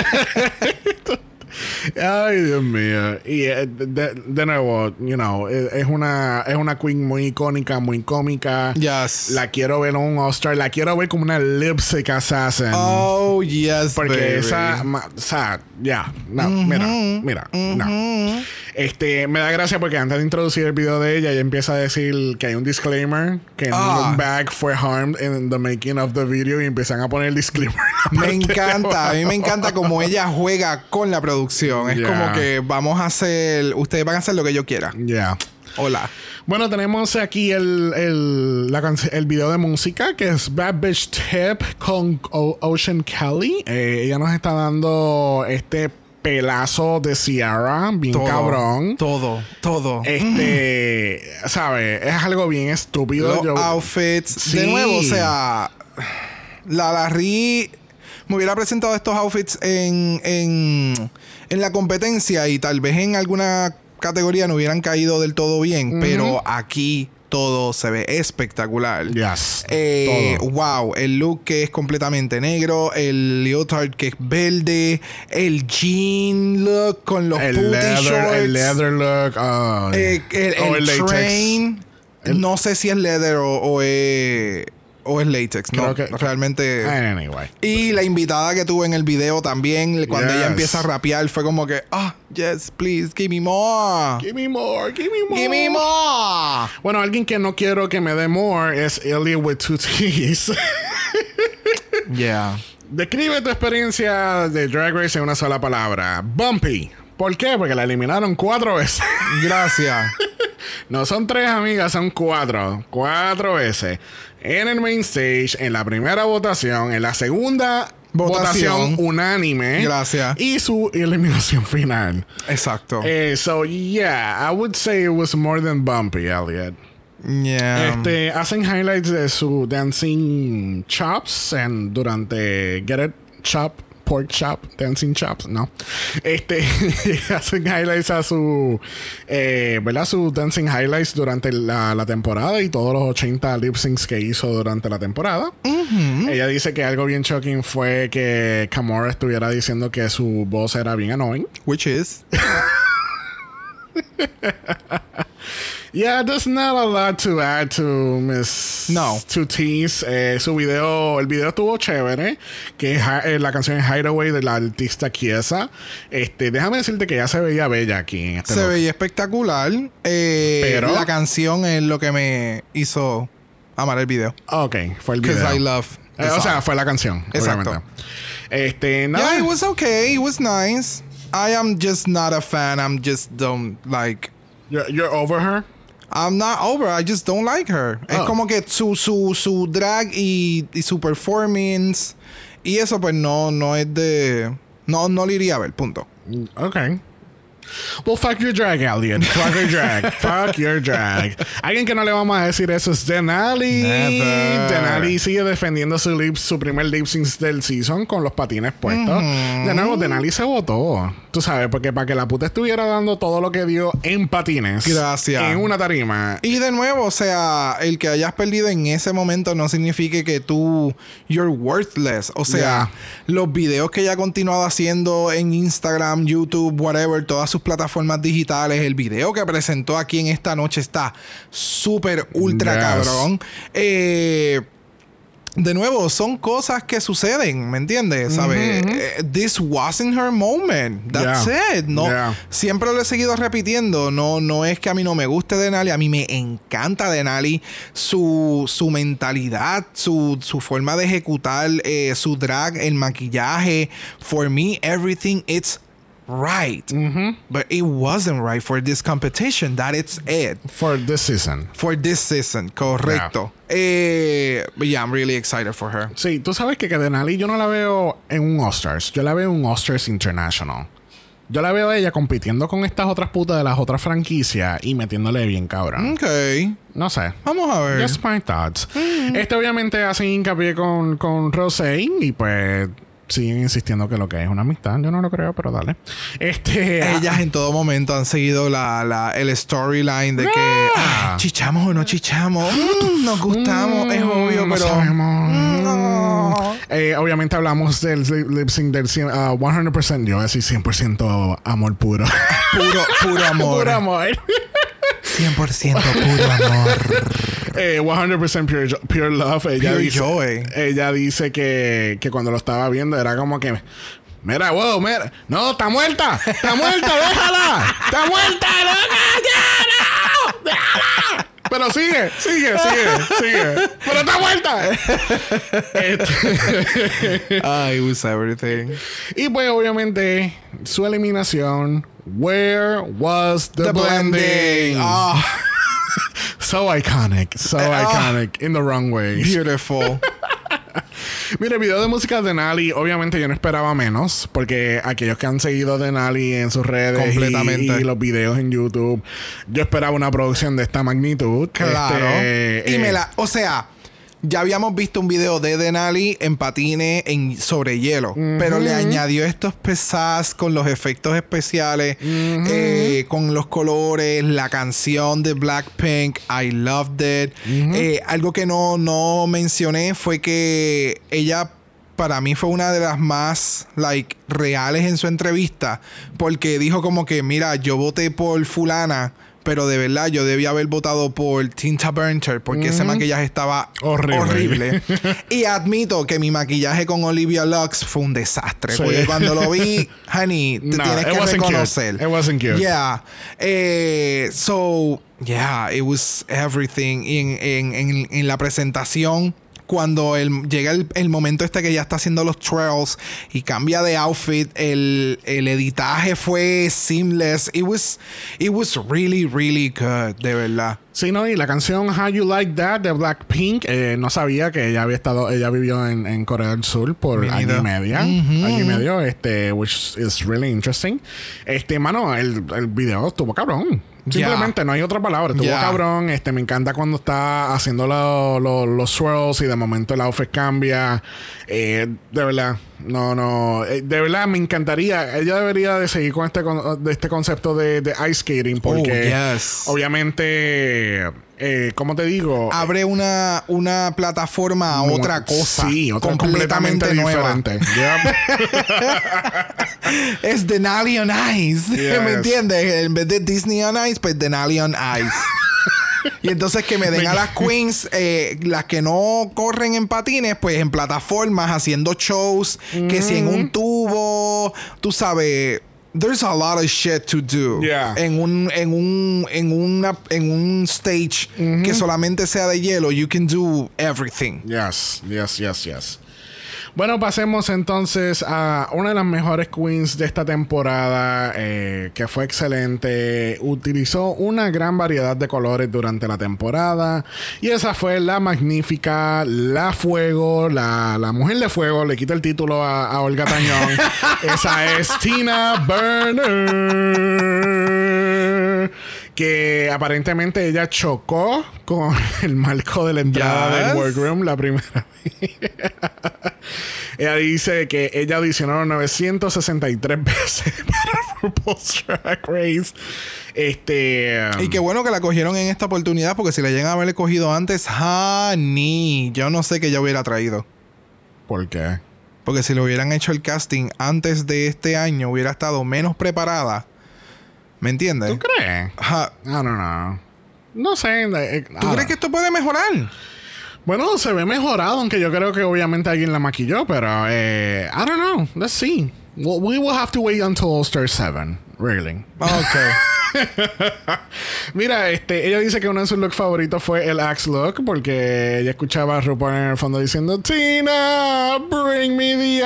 Ay, Dios mío. Y eh, de, de nuevo, you know, es es una, es una queen muy icónica, muy cómica. Yes. La quiero ver en un All-Star. La quiero ver como una lipstick assassin. Oh, yes, Porque baby. esa, ma- o sea, ya, no, mira, mira, no. Este, me da gracia porque antes de introducir el video de ella, ella empieza a decir que hay un disclaimer, que Ah. ningún bag fue harmed in the making of the video y empiezan a poner el disclaimer. Me encanta, a mí me encanta como ella juega con la producción. Es Yeah. como que vamos a hacer, ustedes van a hacer lo que yo quiera. Ya. Hola. Bueno, tenemos aquí el, el, la canc- el video de música que es Bad Bitch Tip con o- Ocean Kelly. Eh, ella nos está dando este pelazo de Ciara, bien Todo, cabrón. Todo, todo. Este, ¿sabes? Es algo bien estúpido. Los Yo- outfits. Sí. De nuevo, o sea, la Larry me hubiera presentado estos outfits en, en, en la competencia y tal vez en alguna categoría no hubieran caído del todo bien, pero aquí todo se ve espectacular. Yes. Eh, todo. wow, el look que es completamente negro, el leotard que es verde, el jean look con los El putty leather, shorts, el leather look. ay. eh, el, O el latex. train. No sé si es leather o, o es, o es latex. Creo No, que- realmente. Anyway. Y la invitada que tuve en el video también, cuando ella Yes. empieza a rapear, fue como que, ah, yes, please, give me more. Give me more, give me more. Give me more. Bueno, alguien que no quiero que me dé more es Elliot with two T's. Yeah. Describe tu experiencia de Drag Race en una sola palabra. Bumpy. ¿Por qué? Porque la eliminaron cuatro veces. Gracias. No son tres, amigas, son cuatro. Cuatro veces. En el main stage, en la primera votación, en la segunda Votación. votación unánime. Gracias. Y su eliminación final. Exacto. Eh, so, yeah, I would say it was more than bumpy, Elliot. Yeah. Este, hacen highlights de su dancing chops and durante Get It Chop, Pork Chop, Dancing Chops, no. Este, hacen highlights a su, eh, ¿verdad? Sus dancing highlights durante la, la temporada y todos los ochenta lip syncs que hizo durante la temporada. Mm-hmm. Ella dice que algo bien shocking fue que Kimora estuviera diciendo que su voz era bien annoying. Which is... Yeah, there's not a lot to add to Miss No. To Tease. Eh, su video, el video estuvo chévere, que es eh, la canción es Hideaway de la artista Chiesa. Este, déjame decirte que ya se veía bella aquí en este Se look. veía espectacular. Eh, Pero- la canción es lo que me hizo amar el video. Ok, fue el video. Because I love the Eh, o song. sea, fue la canción. Exacto. Obviamente. Este, nada. Yeah, it was okay. It was nice. I am just not a fan. I'm just don't like... You're, you're over her? I'm not over. I just don't like her. Es Oh. como que su, su, su drag y, y su performance y eso pues no, no es de... No, no le iría a ver, punto. Okay. Well, fuck your drag, Elliot. Fuck your drag. Fuck your drag. Alguien que no le vamos a decir eso es Denali. Never. Denali sigue defendiendo su lip, su primer lip sync del season con los patines puestos. Mm-hmm. De nuevo, Denali se votó. Tú sabes, porque para que la puta estuviera dando todo lo que dio en patines. Gracias. En una tarima. Y de nuevo, o sea, el que hayas perdido en ese momento no significa que tú you're worthless. O sea, Yeah. los videos que ella ha continuado haciendo en Instagram, YouTube, whatever, todas sus plataformas digitales, el video que presentó aquí en esta noche está súper ultra Yes. cabrón. Eh, de nuevo, son cosas que suceden, ¿me entiendes? ¿Sabes? Eh, This wasn't her moment. That's Yeah. it. No, Yeah. siempre lo he seguido repitiendo. No, no es que a mí no me guste Denali. A mí me encanta Denali. Su, su mentalidad, su, su forma de ejecutar, eh, su drag, el maquillaje. For me, everything it's right. But it wasn't right for this competition. That it's it. For this season. For this season. Correcto. Eh, but yeah, I'm really excited for her. Sí, tú sabes que, que Denali yo no la veo en un All-Stars. Yo la veo en un All-Stars International. Yo la veo a ella compitiendo con estas otras putas de las otras franquicias y metiéndole bien cabrón. Ok. No sé. Vamos a ver. Just my thoughts. Este obviamente hace hincapié con, con Rosé y pues siguen insistiendo que lo que es una amistad. Yo no lo creo, pero dale. Este... Ellas en todo momento han seguido la, la, el storyline de que ah, chichamos o no chichamos. Mm, nos gustamos, es obvio, no pero. sabemos. No. Eh, obviamente hablamos del lip sync del cien, uh, cien por ciento. Yo voy a decir cien por ciento amor puro. Puro, puro amor. Puro amor. cien por ciento puro amor. Eh, cien por ciento pure, pure love. Ella Pure dice, joy. Ella dice que, que cuando lo estaba viendo era como que... Mira, wow, mira. No, está muerta. Está muerta, déjala. Está muerta, loca. Ya, no. Déjala. Pero sigue, sigue, sigue, sigue. Pero está muerta. Este- Ah, it was everything. y pues obviamente su eliminación. Where was the, The blending? blending. Ah, So iconic, so Ah. iconic in the wrong ways. beautiful. Mira, el video de música de Denali, obviamente yo no esperaba menos, porque aquellos que han seguido a Denali en sus redes Completamente. y, y los videos en YouTube, yo esperaba una producción de esta magnitud. Claro. Este, y eh, me la, o sea, ya habíamos visto un video de Denali en patines en, sobre hielo, pero le añadió estos pesadas con los efectos especiales, eh, con los colores, la canción de Blackpink, I loved it. Eh, algo que no, no mencioné fue que ella para mí fue una de las más like reales en su entrevista, porque dijo como que mira, yo voté por fulana, pero de verdad yo debía haber votado por Tinta Burnter porque ese maquillaje estaba Horrible. horrible. Y admito que mi maquillaje con Olivia Lux fue un desastre. Sí. Porque cuando lo vi, honey, te No, tienes it que wasn't cute. reconocer. It wasn't cute. Yeah. Eh, so, yeah, it was everything. Y en, en, en, en la presentación, cuando el, llega el, el momento este que ella está haciendo los trails y cambia de outfit, el, el editaje fue seamless. It was, it was really, really good, de verdad. Sí, no, y la canción How You Like That de Blackpink, eh, no sabía que ella había estado, ella vivió en, en Corea del Sur por Venido. año y medio, Mm-hmm. año y medio, este, which is really interesting. Este, mano, el, el video estuvo cabrón. Simplemente, yeah. no hay otra palabra. Estuvo yeah. cabrón. Este, me encanta cuando está haciendo lo, lo, los swirls y de momento el outfit cambia. Eh, de verdad, no, no. Eh, de verdad, me encantaría. Ella debería de seguir con este, con, de este concepto de, de ice skating porque oh, yes. obviamente... Eh, ¿cómo te digo? Abre una, una plataforma a otra cosa. Sí, otra completamente, completamente diferente. Yep. Es Denali on Ice. Yes. ¿Me entiendes? En vez de Disney on Ice, pues Denali on Ice. Y entonces que me den a las queens, eh, las que no corren en patines, pues en plataformas, haciendo shows, mm-hmm. que si en un tubo, tú sabes... There's a lot of shit to do yeah. en un en un en una en un stage mm-hmm. que solamente sea de hielo. You can do everything. Yes, yes, yes, yes. Bueno, pasemos entonces a una de las mejores queens de esta temporada, eh, que fue excelente. Utilizó una gran variedad de colores durante la temporada. Y esa fue la magnífica, la Fuego, la, la Mujer de Fuego. Le quita el título a, a Olga Tañón. Esa es Tina Burner. Que aparentemente ella chocó con el marco de la entrada yes. del workroom la primera vez. Ella dice que ella audicionó novecientas sesenta y tres veces para RuPaul's Drag Race. Este... Um, y qué bueno que la cogieron en esta oportunidad, porque si la llegan a haber cogido antes, honey, yo no sé qué ella hubiera traído. ¿Por qué? Porque si le hubieran hecho el casting antes de este año, hubiera estado menos preparada. ¿Me entiendes? ¿Tú crees? Ajá. I don't know. No sé. Eh, ¿Tú crees que esto puede mejorar? Bueno, se ve mejorado, aunque yo creo que obviamente alguien la maquilló, pero eh, I don't know. Let's see. Well, we will have to wait until All Star seven. Really. Okay. Mira, este, ella dice que uno de sus looks favoritos fue el Axe look, porque ella escuchaba a RuPaul en el fondo diciendo Tina, bring me the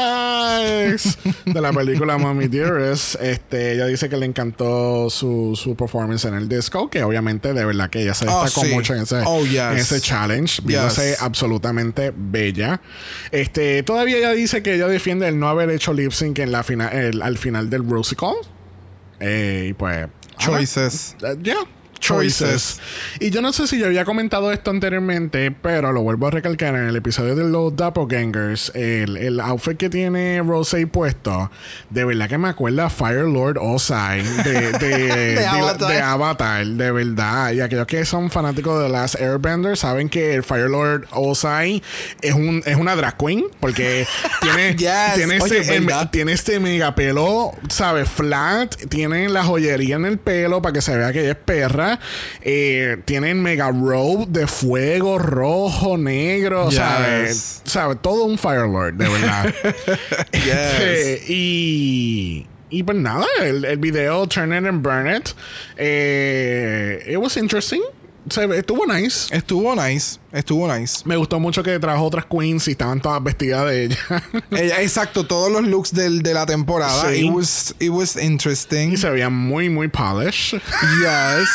axe de la película Mommy Dearest. Este, ella dice que le encantó su, su performance en el disco, que obviamente de verdad que ella se destacó oh, sí. mucho en ese, oh, yes. en ese challenge, viéndose yes. absolutamente bella. Este, todavía ella dice que ella defiende el no haber hecho lip sync en la fina, el, al final del Rusical. Eh, y pues choices ya uh, yeah. Choices. Y yo no sé si yo había comentado esto anteriormente, pero lo vuelvo a recalcar en el episodio de los Doppelgangers. El, el outfit que tiene Rosé puesto, de verdad que me acuerda a Fire Lord Ozai de, de, de, de, Avatar. de Avatar, de verdad. Y aquellos que son fanáticos de las Airbender saben que el Fire Lord Ozai es, un, es una drag queen, porque tiene, yes. tiene, Oye, este, el, tiene este mega pelo, ¿sabes? Flat. Tiene la joyería en el pelo para que se vea que ella es perra. Eh, tienen mega robe de fuego rojo, negro, yes. ¿sabes? ¿Sabe? Todo un Firelord, de verdad. Yes. Este, y y pues nada, el, el video Turn It and Burn It, eh, it was interesting. Se, estuvo nice. Estuvo nice. Estuvo nice. Me gustó mucho que trajo otras queens y estaban todas vestidas de ella. ella exacto, todos los looks del, de la temporada. Sí. It was, it was interesting. Y se veían muy, muy polished. Yes.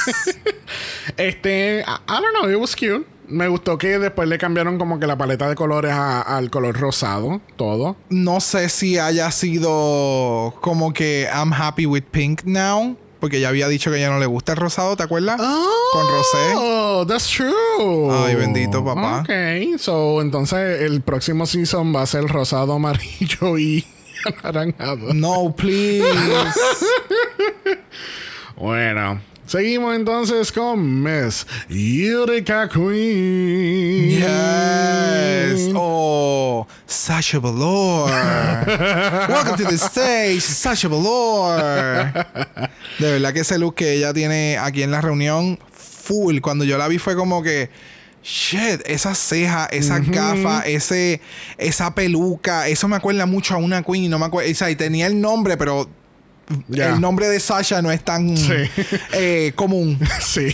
este, I, I don't know, it was cute. Me gustó que después le cambiaron como que la paleta de colores a, al color rosado, todo. No sé si haya sido como que I'm happy with pink now. Porque ya había dicho que ya no le gusta el rosado, ¿te acuerdas? Oh, con rosé. Oh, that's true. Ay, bendito papá. Ok, so entonces el próximo season va a ser rosado, amarillo y anaranjado. No, please. Bueno, seguimos entonces con Miss Eureka Queen. Yes. Oh, Sasha Velour. Welcome to the stage, Sasha Velour. De verdad que ese look que ella tiene aquí en la reunión, full. Cuando yo la vi fue como que, shit, esa ceja, esa uh-huh. gafa, ese, esa peluca, eso me acuerda mucho a una queen y no me acuerdo, o sea, y tenía el nombre, pero yeah. el nombre de Sasha no es tan sí. eh, común. Sí.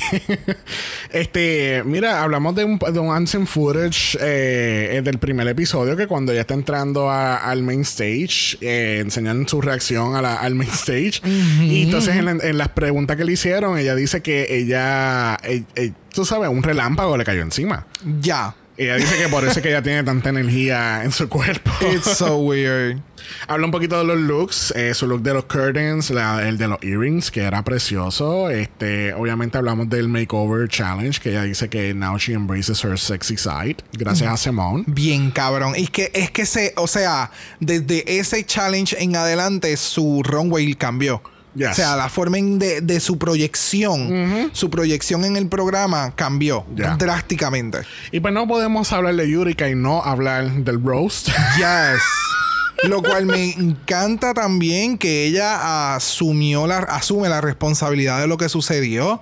Este, mira, hablamos de un, de un unseen footage eh, del primer episodio, que cuando ella está entrando a, al main stage, eh, enseñan su reacción a la, al main stage. Mm-hmm. Y entonces en, en las preguntas que le hicieron, ella dice que ella, eh, eh, tú sabes, un relámpago le cayó encima. Ya. Yeah. Ella dice que por eso es que ella tiene tanta energía en su cuerpo. It's so weird. Habla un poquito de los looks. Eh, su look de los curtains, la, el de los earrings, que era precioso. Este, obviamente hablamos del makeover challenge, que ella dice que now she embraces her sexy side. Gracias a Simone. Bien cabrón. Es que, es que se, o sea, desde ese challenge en adelante, su runway cambió. Yes. O sea, la forma de, de su proyección, uh-huh. su proyección en el programa cambió yeah. drásticamente. Y pues no podemos hablar de Eureka y no hablar del roast. Yes. Lo cual me encanta también que ella asumió la, asume la responsabilidad de lo que sucedió.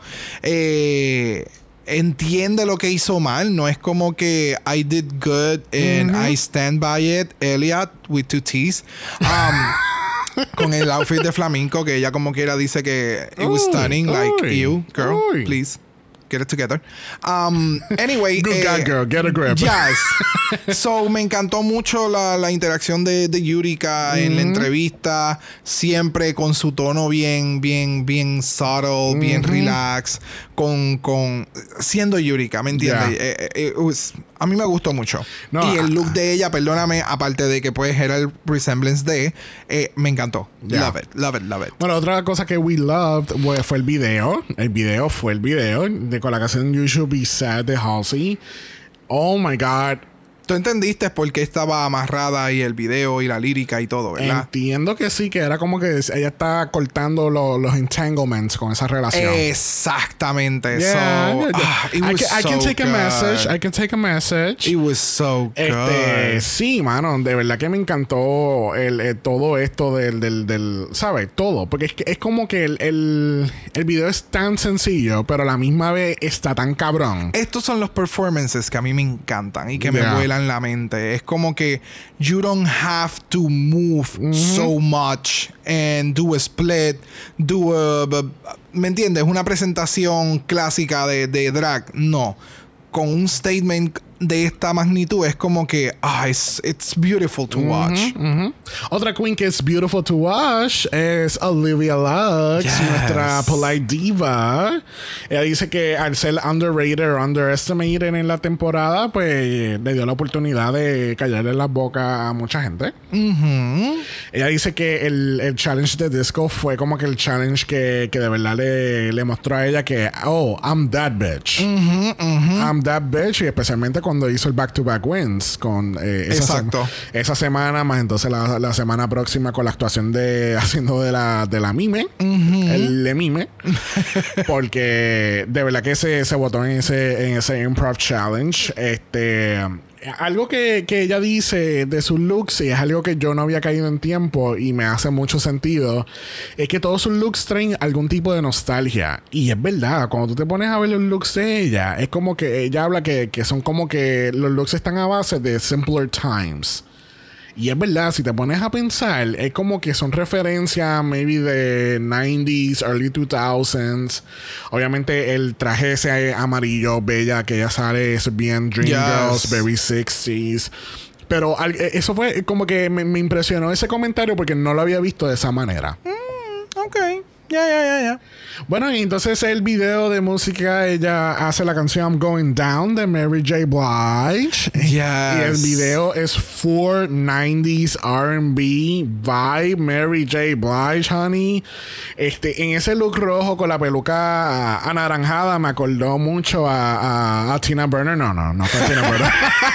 Eh, entiende lo que hizo mal. No es como que I did good and uh-huh. I stand by it. Elliot with two T's. Um, con el outfit de flamenco, que ella como quiera dice que it was stunning, like you, girl, uy. Please get it together. Um, anyway, good eh, God, girl, get a grip. Yes. So me encantó mucho la, la interacción de, de Eureka mm-hmm. en la entrevista, siempre con su tono bien, bien, bien subtle, mm-hmm. bien relax, con, con siendo Eureka, ¿me entiendes? Yeah. Eh, eh, it was, a mí me gustó mucho. No, y el look de ella, perdóname, aparte de que pues era el resemblance de, eh, me encantó. Yeah. Love it, love it, love it. Bueno, otra cosa que we loved fue el video. El video fue el video de con la canción You Should Be Sad de Halsey. Oh my God. Tú entendiste por qué estaba amarrada y el video y la lírica y todo, ¿verdad? Entiendo que sí, que era como que ella está cortando lo, los entanglements con esa relación. Exactamente. Yeah, so, yeah, yeah. Ah, it I, was can, so I can take good. a message. I can take a message. It was so good. Este, sí, mano. De verdad que me encantó el, el, todo esto del, del, del... ¿Sabes? Todo. Porque es, que es como que el, el, el video es tan sencillo, pero a la misma vez está tan cabrón. Estos son los performances que a mí me encantan y que yeah. me vuelan la mente. Es como que you don't have to move mm-hmm. so much and do a split, do a, a ¿me entiendes? Una presentación clásica de, de drag. No. Con un statement de esta magnitud es como que ah, it's, it's beautiful to watch. Uh-huh, uh-huh. Otra queen que es beautiful to watch es Olivia Lux, yes. nuestra polite diva. Ella dice que al ser underrated o underestimated en la temporada, pues le dio la oportunidad de callarle la boca a mucha gente. Uh-huh. Ella dice que el, el challenge de disco fue como que el challenge que, que de verdad le, le mostró a ella que oh, I'm that bitch. Uh-huh, uh-huh. I'm that bitch. Y especialmente cuando hizo el back-to-back wins con eh, esa, Exacto. Se- esa semana más entonces la, la semana próxima con la actuación de haciendo de la de la mime, uh-huh. el le mime, porque de verdad que se, se votó en ese en ese improv challenge. Este algo que, que ella dice de sus looks, y es algo que yo no había caído en tiempo y me hace mucho sentido, es que todos sus looks traen algún tipo de nostalgia. Y es verdad, cuando tú te pones a ver los looks de ella, es como que ella habla que, que son como que los looks están a base de simpler times. Y es verdad, si te pones a pensar, es como que son referencias maybe de nineties, early two thousands. Obviamente el traje ese amarillo, bella, que ella sale, es bien Dream yes. Girls, very sixties. Pero al, eso fue como que me, me impresionó ese comentario porque no lo había visto de esa manera. Mm, ok. Ya, ya, ya, ya. Bueno, y entonces el video de música, ella hace la canción I'm Going Down de Mary J. Blige. Yes. Y el video es full nineties R and B vibe, Mary J. Blige, honey. Este, en ese look rojo con la peluca anaranjada me acordó mucho a, a, a Tina Burner. No, no, no fue Tina Burner.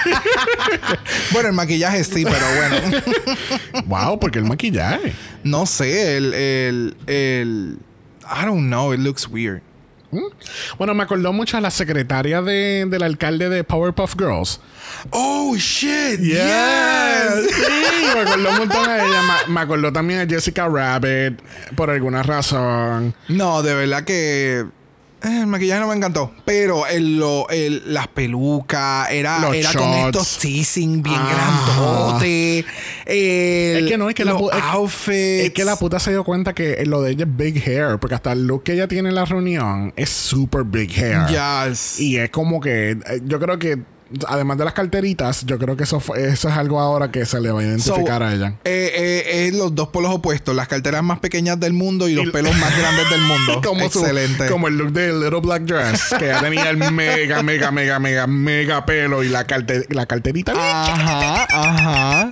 Bueno, el maquillaje sí, pero bueno. Wow, ¿por qué el maquillaje? No sé, el, el, el... I don't know, it looks weird. Bueno, me acordó mucho a la secretaria de, del alcalde de Powerpuff Girls. Oh, shit. Yes. Yes. Sí, me acordó un montón a ella. Me, me acordó también a Jessica Rabbit, por alguna razón. No, de verdad que... El maquillaje no me encantó. Pero el, lo, el, las pelucas, era, era con estos teasing bien ah. grandote. El, es que no, es que los la puta. outfits. Es que la puta se dio cuenta que lo de ella es big hair. Porque hasta el look que ella tiene en la reunión es super big hair. Yes. Y es como que. Yo creo que. Además de las carteritas, yo creo que eso fue, eso es algo ahora que se le va a identificar so, a ella. Eh, eh, eh, los dos polos opuestos. Las carteras más pequeñas del mundo y los y pelos más grandes del mundo. como Excelente. Su, como el look de Little Black Dress. Que ya tenía el mega, mega, mega, mega, mega pelo. Y la, carte, la carterita. Ajá, ajá.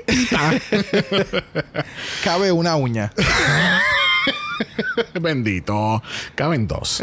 Cabe una uña. Bendito. Caben dos.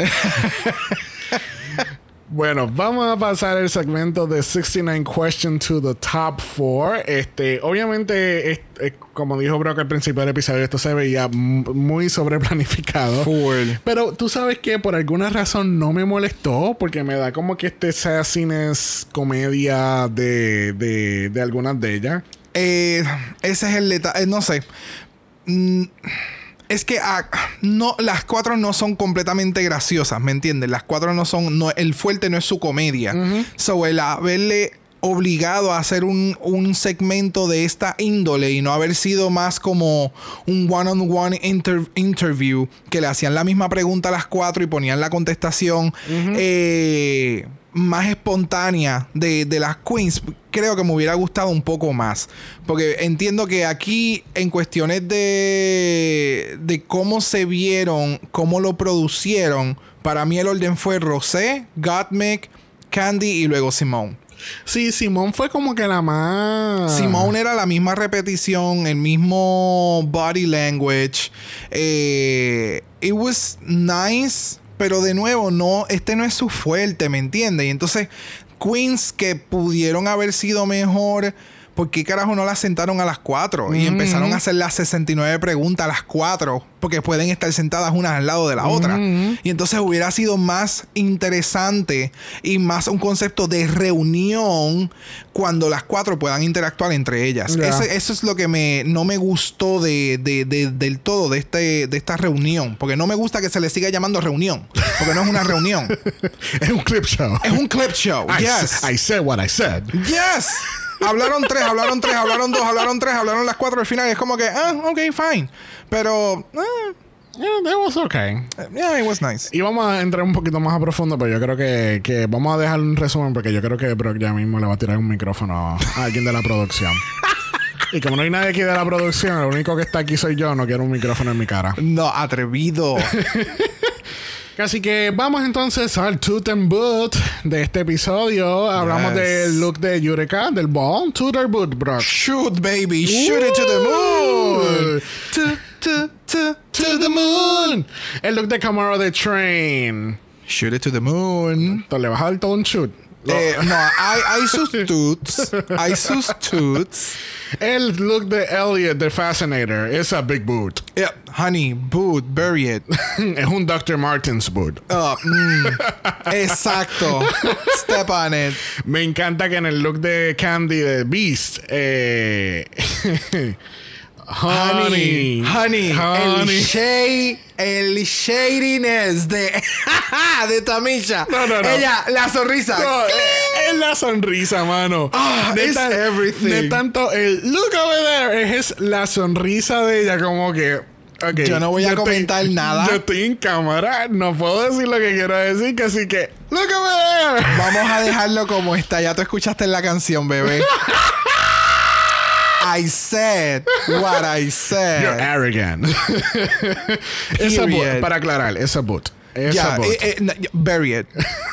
Bueno, vamos a pasar el segmento de sesenta y nueve Questions to the Top four. Este, obviamente, es, es, como dijo creo que al principio del episodio, esto se veía m- muy sobreplanificado. Full. Pero tú sabes que por alguna razón no me molestó, porque me da como que este sassiness comedia de, de, de algunas de ellas. Eh, ese es el detalle. Eh, no sé. Mm. Es que ah, no, las cuatro no son completamente graciosas, ¿me entiendes? Las cuatro no son... No, el fuerte no es su comedia. Uh-huh. So, el haberle obligado a hacer un, un segmento de esta índole y no haber sido más como un one-on-one inter- interview que le hacían la misma pregunta a las cuatro y ponían la contestación uh-huh. eh, más espontánea de, de las queens, creo que me hubiera gustado un poco más. Porque entiendo que aquí, en cuestiones de, de cómo se vieron, cómo lo producieron, para mí el orden fue Rosé, Gottmik, Candy y luego Simone. Sí, Simone fue como que la más... Simone era la misma repetición, el mismo body language. Eh, it was nice, pero de nuevo, no, este no es su fuerte, ¿me entiendes? Y entonces, queens que pudieron haber sido mejor... ¿Por qué carajo no las sentaron a las cuatro? Mm-hmm. Y empezaron a hacer las sesenta y nueve preguntas a las cuatro. Porque pueden estar sentadas unas al lado de la mm-hmm. otra. Y entonces hubiera sido más interesante y más un concepto de reunión cuando las cuatro puedan interactuar entre ellas. Yeah. Ese, eso es lo que me, no me gustó de, de, de, del todo de, este, de esta reunión. Porque no me gusta que se le siga llamando reunión. Porque no es una reunión. Es un clip show. Es un clip show. I Yes. S- I said what I said. Yes. Hablaron tres, hablaron tres, hablaron dos, hablaron tres, hablaron las cuatro al final. Es como que, ah, ok, fine. Pero, ah, yeah, that was okay. Yeah, it was nice. Y vamos a entrar un poquito más a profundo, pero yo creo que, que vamos a dejar un resumen porque yo creo que Brock ya mismo le va a tirar un micrófono a alguien de la producción. Y como no hay nadie aquí de la producción, el único que está aquí soy yo, no quiero un micrófono en mi cara. No, atrevido. Así que vamos entonces al Toot and Boot de este episodio. Hablamos yes. del look de Eureka, del ball. Toot or boot, Brock. Shoot, baby. Shoot Ooh. It to the moon. To, to, to, to the moon. El look de Camaro de Train. Shoot it to the moon. Entonces le vas a dar todo un shoot. Eh, no, hay, hay sus toots. Hay sus toots. El look de Elliot de Fascinator es a big boot. Yep, honey, boot, bury it. Es un doctor Martens boot. Uh, mm, exacto. Step on it. Me encanta que en el look de Candy de Beast, eh, Honey, honey, honey. El shade, el shadiness de, de Tamisha. No, no, no. Ella, la sonrisa. No, es la sonrisa, mano. Oh, de it's tan, everything. De tanto el look over there es la sonrisa de ella, como que. Okay, yo no voy a comentar estoy, nada. Yo estoy en cámara, no puedo decir lo que quiero decir, que así que look over there. Vamos a dejarlo como está. Ya tú escuchaste la canción, bebé. I said what I said. You're arrogant. Esa boot, para aclarar, esa boot. Esa yeah, boot. It, it, no, bury it.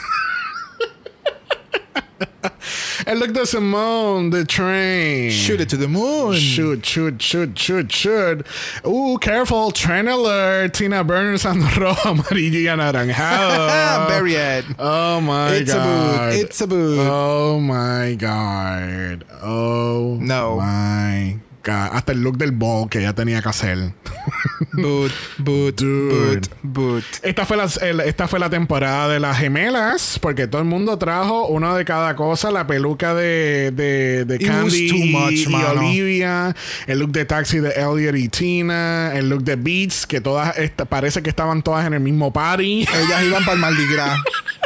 El look de Simone, the Train. Shoot it to the moon. Shoot, shoot, shoot, shoot, shoot. Ooh, careful. Train alert. Tina Burner usando rojo, amarillo y anaranjado. Bury it. Oh my it's God. It's a boot. It's a boot. Oh my God. Oh no. my God. Hasta el look del ball que ella tenía que hacer. Boot, boot, Dude. boot, boot. Esta fue, la, el, esta fue la temporada de las gemelas, porque todo el mundo trajo uno de cada cosa. La peluca de, de, de Candy too much, y, y Olivia, el look de Taxi de Elliot y Tina, el look de Beats, que todas esta, parece que estaban todas en el mismo party. Ellas iban para el Mardi Gras.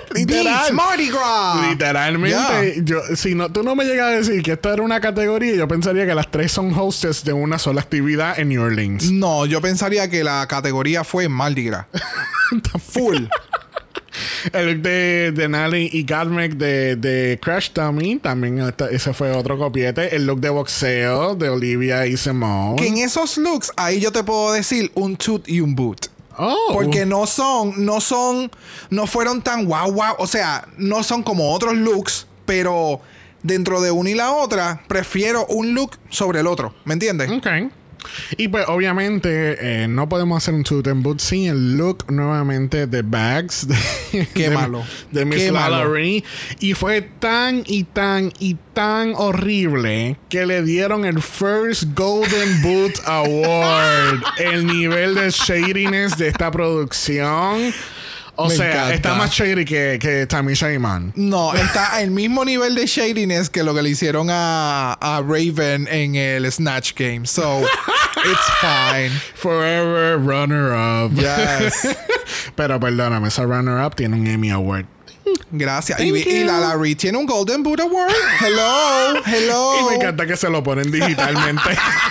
Literal. Beats Mardi Gras. Literalmente, Yeah. yo, si no, tú no me llegas a decir que esto era una categoría, yo pensaría que las tres son hostess de una sola actividad en New Orleans. No, yo pensaría que la categoría fue Mardi Gras. Full. El look de, de Nally y Gadmek de, de Crash Dummy, también está- ese fue otro copiete. El look de boxeo de Olivia y Simone. Que en esos looks, ahí yo te puedo decir un toot y un boot. Oh. Porque no son, no son, no fueron tan wow, wow. O sea, no son como otros looks, pero dentro de una y la otra, prefiero un look sobre el otro. ¿Me entiendes? Ok. Y pues obviamente eh, no podemos hacer un suit and boot sin el look nuevamente de Bags de, Qué de, malo. de Miss Qué malo. Valerie. Y fue tan y tan y tan horrible que le dieron el First Golden Boot Award. El nivel de shadiness de esta producción. O Me sea, encanta. está más shady que, que Tamisha Iman. No, está al mismo nivel de shadiness que lo que le hicieron a, a Raven en el Snatch Game. So, it's fine. Forever runner-up. Yes. Pero perdóname, esa runner-up tiene un Emmy Award. Gracias. Y, Thank y you. la Larry tiene un Golden Boot Award. Hello, hello. Y me encanta que se lo ponen digitalmente.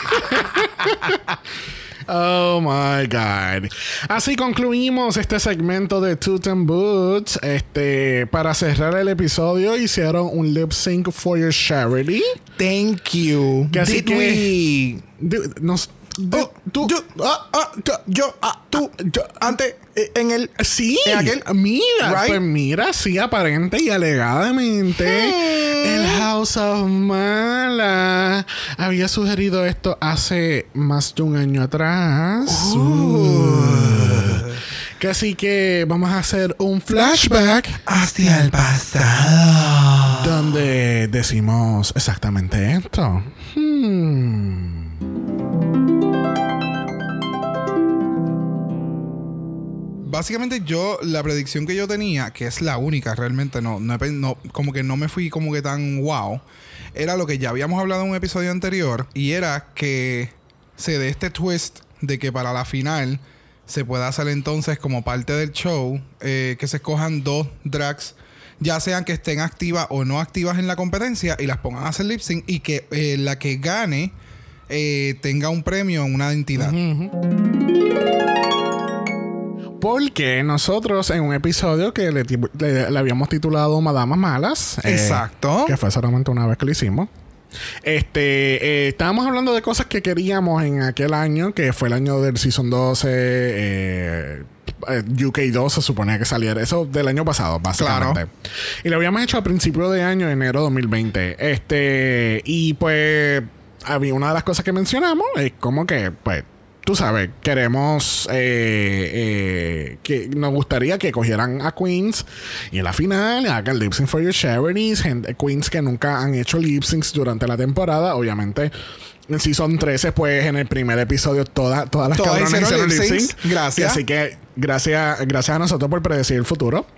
Oh my God. Así concluimos este segmento de Toot and Boots. Este, para cerrar el episodio, hicieron un lip sync for your charity. Thank you. Que así Did que- we- Du- nos- du- Oh, tú- yo, ah, ah, yo, yo, ah, tú, yo, antes, eh, en el, Sí, en aquel, mira, right? pues mira, sí, aparente y alegadamente, Hmm. el House of Mala había sugerido esto hace más de un año atrás. Uh. Que así que vamos a hacer un flashback hacia el pasado. donde decimos exactamente esto. Hmm. Básicamente yo, la predicción que yo tenía, que es la única realmente, no, no, he pen- no, como que no me fui como que tan wow, era lo que ya habíamos hablado en un episodio anterior, y era que se dé este twist de que para la final se pueda hacer entonces como parte del show, eh, que se escojan dos drags, ya sean que estén activas o no activas en la competencia, y las pongan a hacer lip sync, y que eh, la que gane eh, tenga un premio en una entidad. Porque nosotros en un episodio que le, ti- le- le habíamos titulado Madamas Malas. eh, Exacto. que fue solamente una vez que lo hicimos. Este, eh, estábamos hablando de cosas que queríamos en aquel año, que fue el año del Season doce. Eh, eh, U K dos se suponía que saliera. Eso del año pasado, básicamente. Claro. Y lo habíamos hecho a principio de año, enero dos mil veinte. Este, y pues, había una de las cosas que mencionamos, es como que, pues, tú sabes, queremos eh, eh, que nos gustaría que cogieran a Queens y en la final hagan lip sync for your charities, gente, Queens que nunca han hecho lip syncs durante la temporada, obviamente. En Season trece, pues en el primer episodio todas todas las Todas cabronas hicieron hicieron lip lip sync. syncs. Gracias. Así que gracias, gracias a nosotros por predecir el futuro.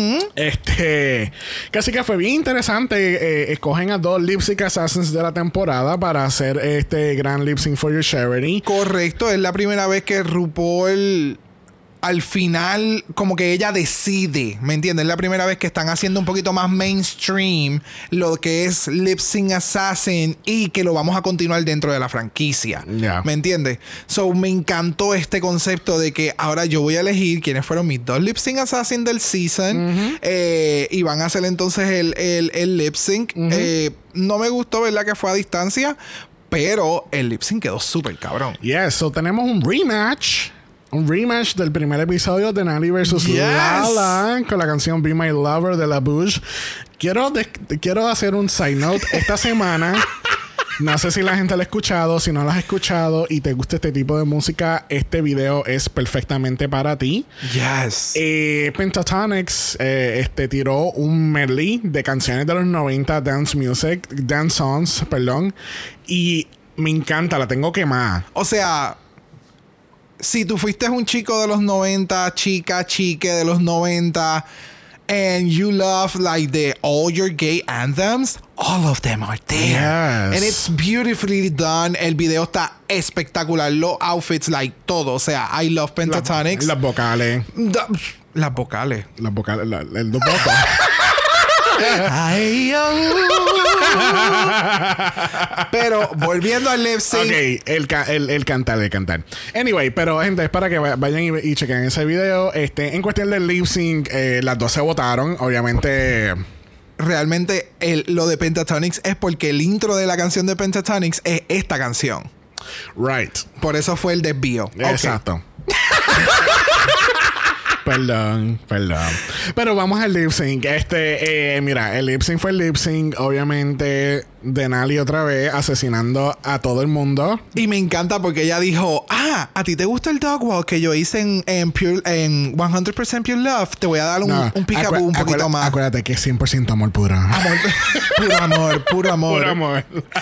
Este, casi que fue bien interesante. Eh, escogen a dos lip sync assassins de la temporada para hacer este gran lip sync for your charity. Correcto, es la primera vez que RuPaul al final como que ella decide, ¿me entiendes? Es la primera vez que están haciendo un poquito más mainstream lo que es Lip Sync Assassin y que lo vamos a continuar dentro de la franquicia. Ya. ¿Me entiendes? So me encantó este concepto de que ahora yo voy a elegir quiénes fueron mis dos Lip Sync Assassin del season eh, y van a hacer entonces el, el, el lip sync. Eh, no me gustó, ¿verdad? Que fue a distancia, pero el lip sync quedó súper cabrón. Yes, so tenemos un rematch. Un rematch del primer episodio de Nally versus Yes. Lala con la canción Be My Lover de La Bouche. Quiero, des- quiero hacer un side note. Esta semana, no sé si la gente la ha escuchado. Si no la has escuchado y te gusta este tipo de música, este video es perfectamente para ti. Yes. Eh, Pentatonix eh, este, tiró un medley de canciones de los noventa, dance music, dance songs, perdón. Y me encanta, la tengo quemada. O sea, si tú fuiste un chico de los noventa, chica, chique de los noventa, and you love like the all your gay anthems, all of them are there. Yes. And it's beautifully done. El video está espectacular. Los outfits, like todo. O sea, I love Pentatonix. Las vocales. Da- Las vocales. Las vocales, la, el dos votos. Ay, oh. Pero volviendo al lip sync. Ok, el, ca el, el cantar, el cantar. Anyway, pero gente, es para que vayan y, y chequen ese video. Este, en cuestión del lip sync, eh, las dos se votaron. Obviamente. Realmente el, lo de Pentatonix es porque el intro de la canción de Pentatonix es esta canción. Right. Por eso fue el desvío. Exacto. Okay. Perdón, perdón. Pero vamos al lip sync. Este, eh, mira, el lip sync fue el lip sync. Obviamente, Denali otra vez asesinando a todo el mundo. Y me encanta porque ella dijo: Ah, ¿a ti te gusta el dog walk que yo hice en, en, Pure, en cien por ciento Pure Love? Te voy a dar un, no, un peekaboo un poquito acuérdate, más. Acuérdate que es cien por ciento amor puro. Amor, puro amor, puro amor. Puro amor.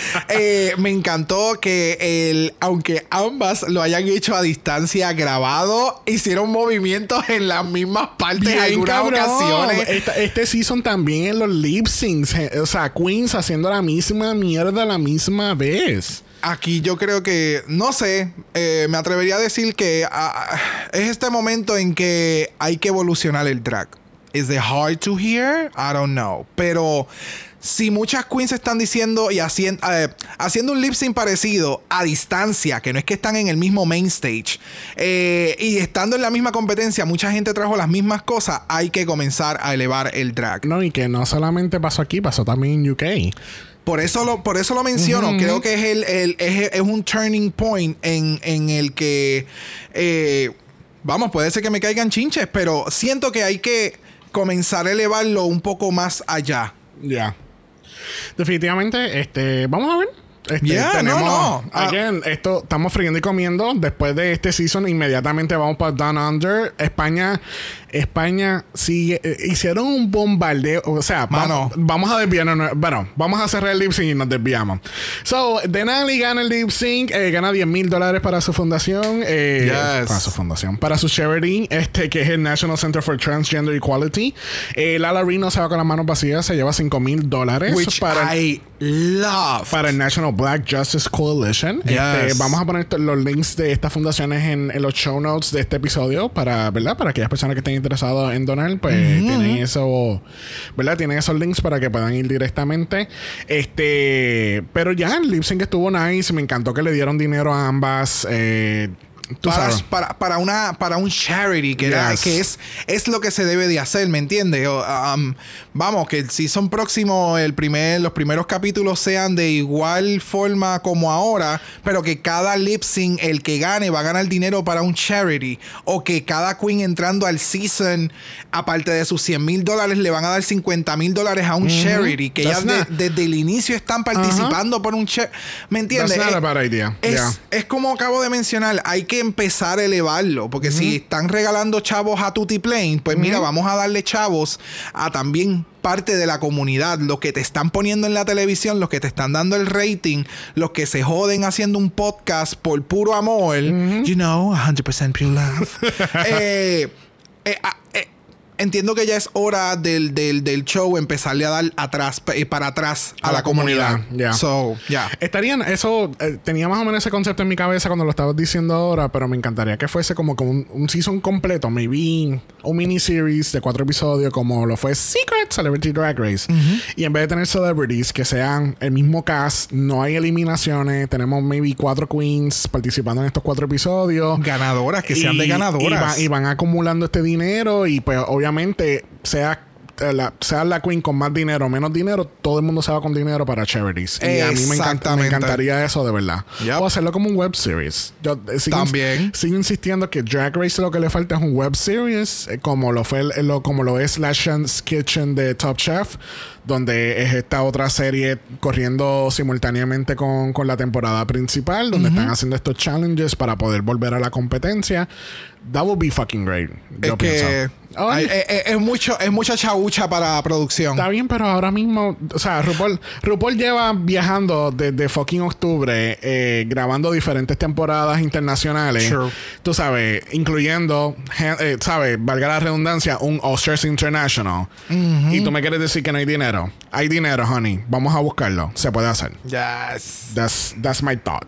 eh, me encantó que el, aunque ambas lo hayan hecho a distancia grabado, hicieron movimientos en las mismas partes en algunas cabrón. ocasiones. Esta, este season también en los lip syncs. O sea, Queens haciendo la misma mierda a la misma vez. Aquí yo creo que, no sé, eh, me atrevería a decir que uh, es este momento en que hay que evolucionar el drag. ¿Is it hard to hear? I don't know. Pero si muchas queens están diciendo y haciendo, eh, haciendo un lip sync parecido a distancia, que no es que están en el mismo main stage, eh, y estando en la misma competencia, mucha gente trajo las mismas cosas, hay que comenzar a elevar el drag. No, y que no solamente pasó aquí, pasó también en U K. Por eso lo, por eso lo menciono. Uh-huh. Creo que es el, el es, es un turning point en, en el que eh, vamos, puede ser que me caigan chinches, pero siento que hay que comenzar a elevarlo un poco más allá. Ya. Yeah. Definitivamente, este, vamos a ver. Este, yeah, tenemos, no, no. Again, uh, esto estamos friendo y comiendo. Después de este season, inmediatamente vamos para Down Under. España, España sigue. Eh, hicieron un bombardeo. O sea, vamos, vamos a desviarnos. Bueno, vamos a cerrar el lip sync y nos desviamos. So, Denali gana el lip sync, eh, gana diez mil dólares para su fundación. Eh, yes. Para su fundación. Para su charity, este, que es el National Center for Transgender Equality. Eh, Lala Reno se va con las manos vacías, se lleva cinco mil dólares. Which para, I love. Para el National Black Justice Coalition. Yes. Este, vamos a poner los links de estas fundaciones en, en los show notes de este episodio para, ¿verdad? Para aquellas personas que estén interesadas en donar, pues mm-hmm. tienen eso, ¿verdad? Tienen esos links para que puedan ir directamente. Este, pero ya el lip sync estuvo nice. Me encantó que le dieron dinero a ambas. Eh, Tú para, sabes. para, para una para un charity que, yes. era, que es, es lo que se debe de hacer, ¿me entiendes? Um, vamos, que el season próximo, el primer, los primeros capítulos sean de igual forma como ahora, pero que cada lip sync, el que gane, va a ganar dinero para un charity. O que cada queen entrando al season, aparte de sus cien mil dólares, le van a dar cincuenta mil dólares a un mm-hmm. charity. Que ya de, desde el inicio están participando uh-huh. por un charity. ¿Me entiendes? That's not a bad idea. Es, yeah. es como acabo de mencionar, hay que empezar a elevarlo, porque uh-huh. si están regalando chavos a Tutti Plane, pues uh-huh. mira, vamos a darle chavos a también parte de la comunidad, los que te están poniendo en la televisión, los que te están dando el rating, los que se joden haciendo un podcast por puro amor, uh-huh. you know, cien por ciento pure love. eh, eh, eh, Entiendo que ya es hora del, del, del show empezarle a dar atrás, eh, para atrás a, a la, la comunidad. comunidad. Yeah. So, yeah. Estarían, eso, eh, tenía más o menos ese concepto en mi cabeza cuando lo estabas diciendo ahora, pero me encantaría que fuese como, como un, un season completo, maybe un miniseries de cuatro episodios, como lo fue Secret Celebrity Drag Race. Uh-huh. Y en vez de tener celebrities que sean el mismo cast, no hay eliminaciones, tenemos maybe cuatro queens participando en estos cuatro episodios. Ganadoras, que sean y, de ganadoras. Y, va, y van acumulando este dinero y pues obviamente Obviamente, sea la, sea la queen con más dinero o menos dinero, todo el mundo se va con dinero para charities. Y a mí me, encanta, me encantaría eso de verdad. Yep. O hacerlo como un web series. Yo eh, sigo, También. Sigo insistiendo que Drag Race lo que le falta es un web series, eh, como lo fue el, lo, como lo es Lashan's Kitchen de Top Chef, donde es esta otra serie corriendo simultáneamente con, con la temporada principal, donde uh-huh. están haciendo estos challenges para poder volver a la competencia. That would be fucking great. Yo es pienso. Que hay, es, es, mucho, es mucha chaucha para producción. Está bien, pero ahora mismo, o sea, RuPaul, RuPaul lleva viajando desde fucking octubre, eh, grabando diferentes temporadas internacionales. Sure. Tú sabes, incluyendo, eh, sabes, valga la redundancia, un All-Stars International. Uh-huh. Y tú me quieres decir que no hay dinero. Hay dinero, honey. Vamos a buscarlo. Se puede hacer. Yes. That's, that's my thoughts.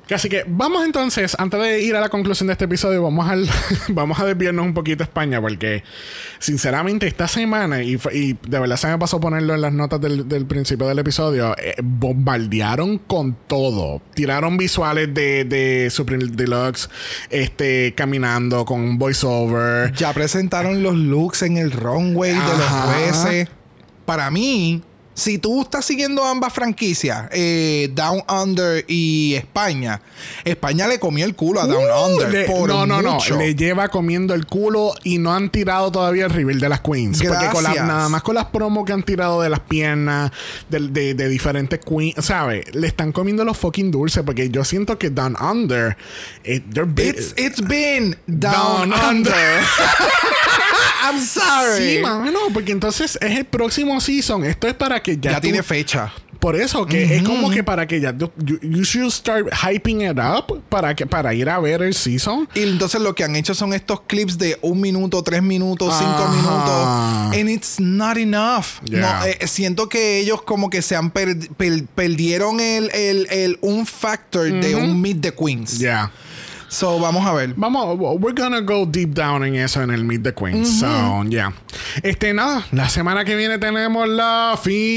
Así que vamos entonces, antes de ir a la conclusión de este episodio, vamos, al, vamos a desviarnos un poquito a España, porque sinceramente esta semana, y, y de verdad se me pasó ponerlo en las notas del, del principio del episodio, eh, bombardearon con todo. Tiraron visuales de, de Supreme Deluxe este, caminando con un voiceover. Ya presentaron los looks en el runway de los jueces. Para mí, si tú estás siguiendo ambas franquicias, eh, Down Under y España, España le comió el culo a Down uh, Under. Le, por no, no, mucho. no. Le lleva comiendo el culo y no han tirado todavía el reveal de las queens. Gracias. Porque con la, nada más con las promos que han tirado de las piernas, de, de, de diferentes queens, ¿sabes? Le están comiendo los fucking dulces. Porque yo siento que Down Under, it, it's, it's been Down, down Under. I'm sorry. Sí, mano, porque entonces es el próximo season. Esto es para que ya. Ya tú, tiene fecha. Por eso, que uh-huh. es como que para que ya. You, you should start hyping it up para, que, para ir a ver el season. Y entonces lo que han hecho son estos clips de un minuto, tres minutos, cinco Ajá. minutos. And it's not enough. Yeah. No, eh, siento que ellos como que se han per, per, perdieron el, el, el un factor uh-huh. de un Meet the Queens. Ya. Yeah. So, vamos a ver. Vamos, we're gonna go deep down en eso en el Meet the Queens. Uh-huh. So, yeah. Este, nada, la semana que viene tenemos la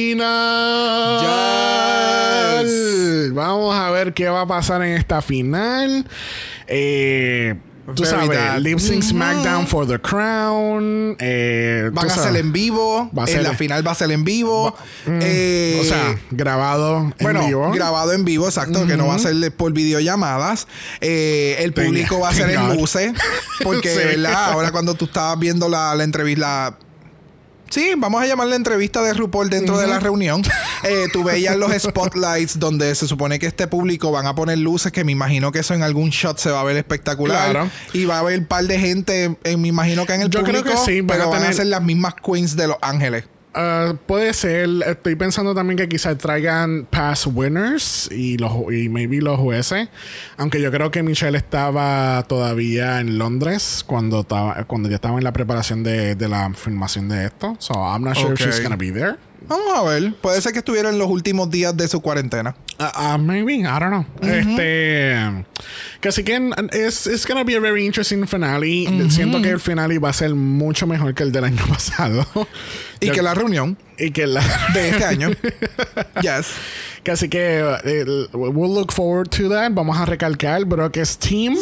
final. Yes. Vamos a ver qué va a pasar en esta final. Eh... Tú Very sabes, that. Lip Sync mm-hmm. SmackDown for the Crown. Eh, Van a sabes, ser en vivo. Va a en ser la en... final va a ser en vivo. Va... Mm, eh... o sea, grabado bueno, en vivo. grabado en vivo, exacto. Mm-hmm. Que no va a ser por videollamadas. Eh, el público Thank va a ser God. en luces. Porque, sí. ¿verdad? Ahora cuando tú estabas viendo la, la entrevista... Sí, vamos a llamar la entrevista de RuPaul dentro uh-huh. de la reunión. Eh, tú veías los spotlights donde se supone que este público van a poner luces, que me imagino que eso en algún shot se va a ver espectacular. Claro. Y va a haber un par de gente, eh, me imagino que en el Yo público, creo que sí, pero van a, van tener... a ser las mismas queens de Los Ángeles. Uh, puede ser. Estoy pensando también que quizás traigan past winners y los y maybe los jueces. Aunque yo creo que Michelle estaba todavía en Londres cuando estaba cuando ya estaba en la preparación de, de la filmación de esto. So I'm not sure okay. if she's gonna be there. Vamos a ver. Puede ser que estuviera en los últimos días de su cuarentena. Uh, uh, maybe. I don't know. Uh-huh. Este... Que así que es it's gonna be a very interesting finale. Uh-huh. Siento que el finale va a ser mucho mejor que el del año pasado. Y Yo, que la reunión. Y que la... de este año. Yes. Que así que uh, we'll look forward to that. Vamos a recalcar, Brock es team.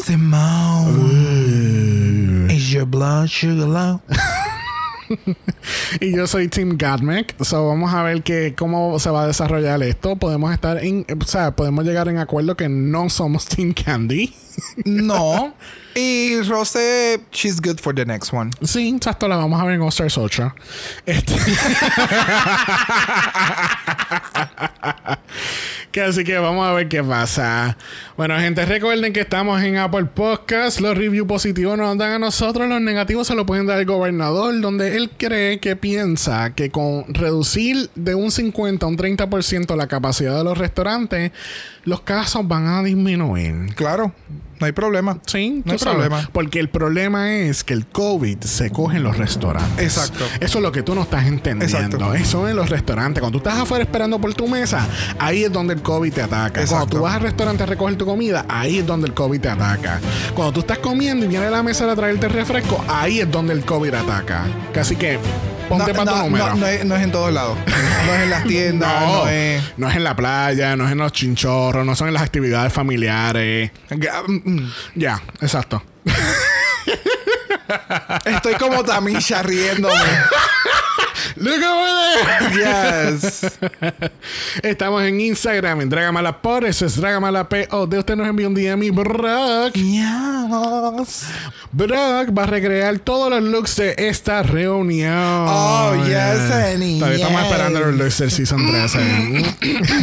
Simone. Uh. Is your blood sugar low? Y yo soy Team Godmec. So vamos a ver que cómo se va a desarrollar esto. Podemos estar en... O sea, podemos llegar en acuerdo que no somos Team Candy. No. Y Rose, she's good for the next one. Sí, exacto. La vamos a ver en All Stars ocho. Este... que así que vamos a ver qué pasa. Bueno, gente, recuerden que estamos en Apple Podcast. Los reviews positivos nos dan a nosotros. Los negativos se los pueden dar al gobernador, donde él cree que piensa que con reducir de un cincuenta a un treinta por ciento la capacidad de los restaurantes, los casos van a disminuir. Claro. No hay problema. Sí, no hay sabes, problema. Porque el problema es que el COVID se coge en los restaurantes. Exacto. Eso es lo que tú no estás entendiendo. Exacto. Eso en los restaurantes. Cuando tú estás afuera esperando por tu mesa, ahí es donde el COVID te ataca. Exacto. Cuando tú vas al restaurante a recoger tu comida, ahí es donde el COVID te ataca. Cuando tú estás comiendo y viene a la mesa a traerte el refresco, ahí es donde el COVID ataca. Así que ponte no, para no, tu número. No, no, es, no es en todos lados. No es en las tiendas. no, no, es... no es en la playa, no es en los chinchorros, no son en las actividades familiares. Ya, exacto. Estoy como Tamisha riéndome. Look over there. Yes. Estamos en Instagram, en Dragamala por eso es Dragamala P O D. Usted nos envió un D M y Brock. Yes. Brock va a recrear todos los looks de esta reunión. Oh, yes, honey. Todavía yes. estamos esperando los looks del Season trece.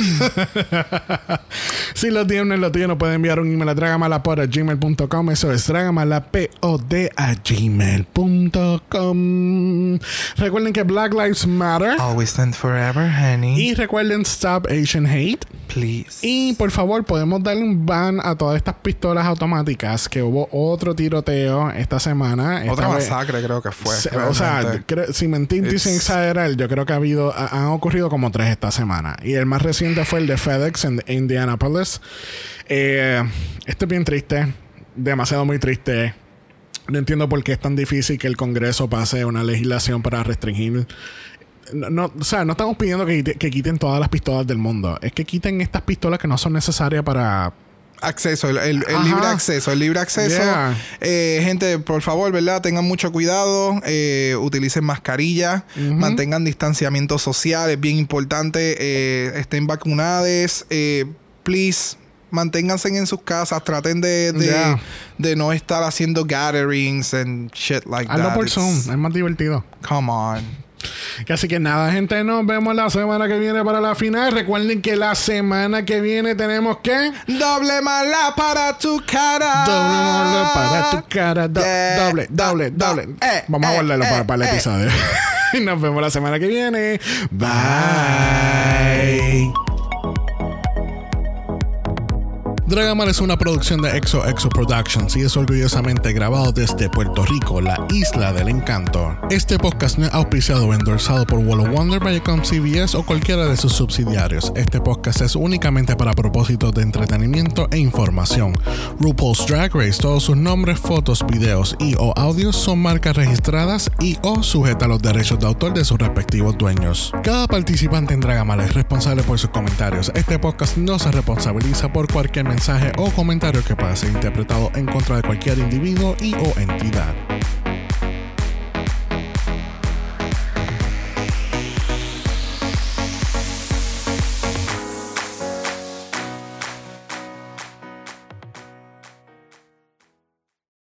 Si los tienen lo tuyo, nos pueden enviar un email a dragamalapod a gmail punto com. Eso es dragamalapod a gmail punto com. Recuerden que Black Lives Lives Matter. Always and forever, honey. Y recuerden Stop Asian Hate. Please. Y por favor, podemos darle un ban a todas estas pistolas automáticas, que hubo otro tiroteo esta semana. Otra esta masacre vez, creo que fue. Se, o sea, creo, sin mentir y sin exagerar, yo creo que ha habido, ha, han ocurrido como tres esta semana. Y el más reciente fue el de FedEx en Indianapolis. Eh, esto es bien triste, demasiado muy triste. No entiendo por qué es tan difícil que el Congreso pase una legislación para restringir. No, no, o sea, no estamos pidiendo que, que quiten todas las pistolas del mundo. Es que quiten estas pistolas que no son necesarias para... Acceso, el, el, el libre acceso, el libre acceso. Yeah. Eh, gente, por favor, ¿verdad? Tengan mucho cuidado, eh, utilicen mascarilla, uh-huh. mantengan distanciamiento social, es bien importante, eh, estén vacunados, eh, please. Manténganse en sus casas, traten de, de, yeah. de no estar haciendo gatherings and shit like Hazlo that. por Zoom, es más divertido. Come on. Así que nada, gente, nos vemos la semana que viene para la final. Recuerden que la semana que viene tenemos que... Doble mala para tu cara. Doble mala para tu cara. Do yeah. Doble, doble, do doble. Eh, Vamos eh, a guardarlo eh, para, para el eh. episodio. Nos vemos la semana que viene. Bye. Dragamala es una producción de Exo Exo Productions y es orgullosamente grabado desde Puerto Rico, la isla del encanto. Este podcast no es auspiciado o endorsado por Wall of Wonder, Viacom, C B S o cualquiera de sus subsidiarios. Este podcast es únicamente para propósitos de entretenimiento e información. RuPaul's Drag Race, todos sus nombres, fotos, videos y o audios son marcas registradas y o sujetas a los derechos de autor de sus respectivos dueños. Cada participante en Dragamala es responsable por sus comentarios. Este podcast no se responsabiliza por cualquier mensaje mensaje o comentario que pueda ser interpretado en contra de cualquier individuo y o entidad.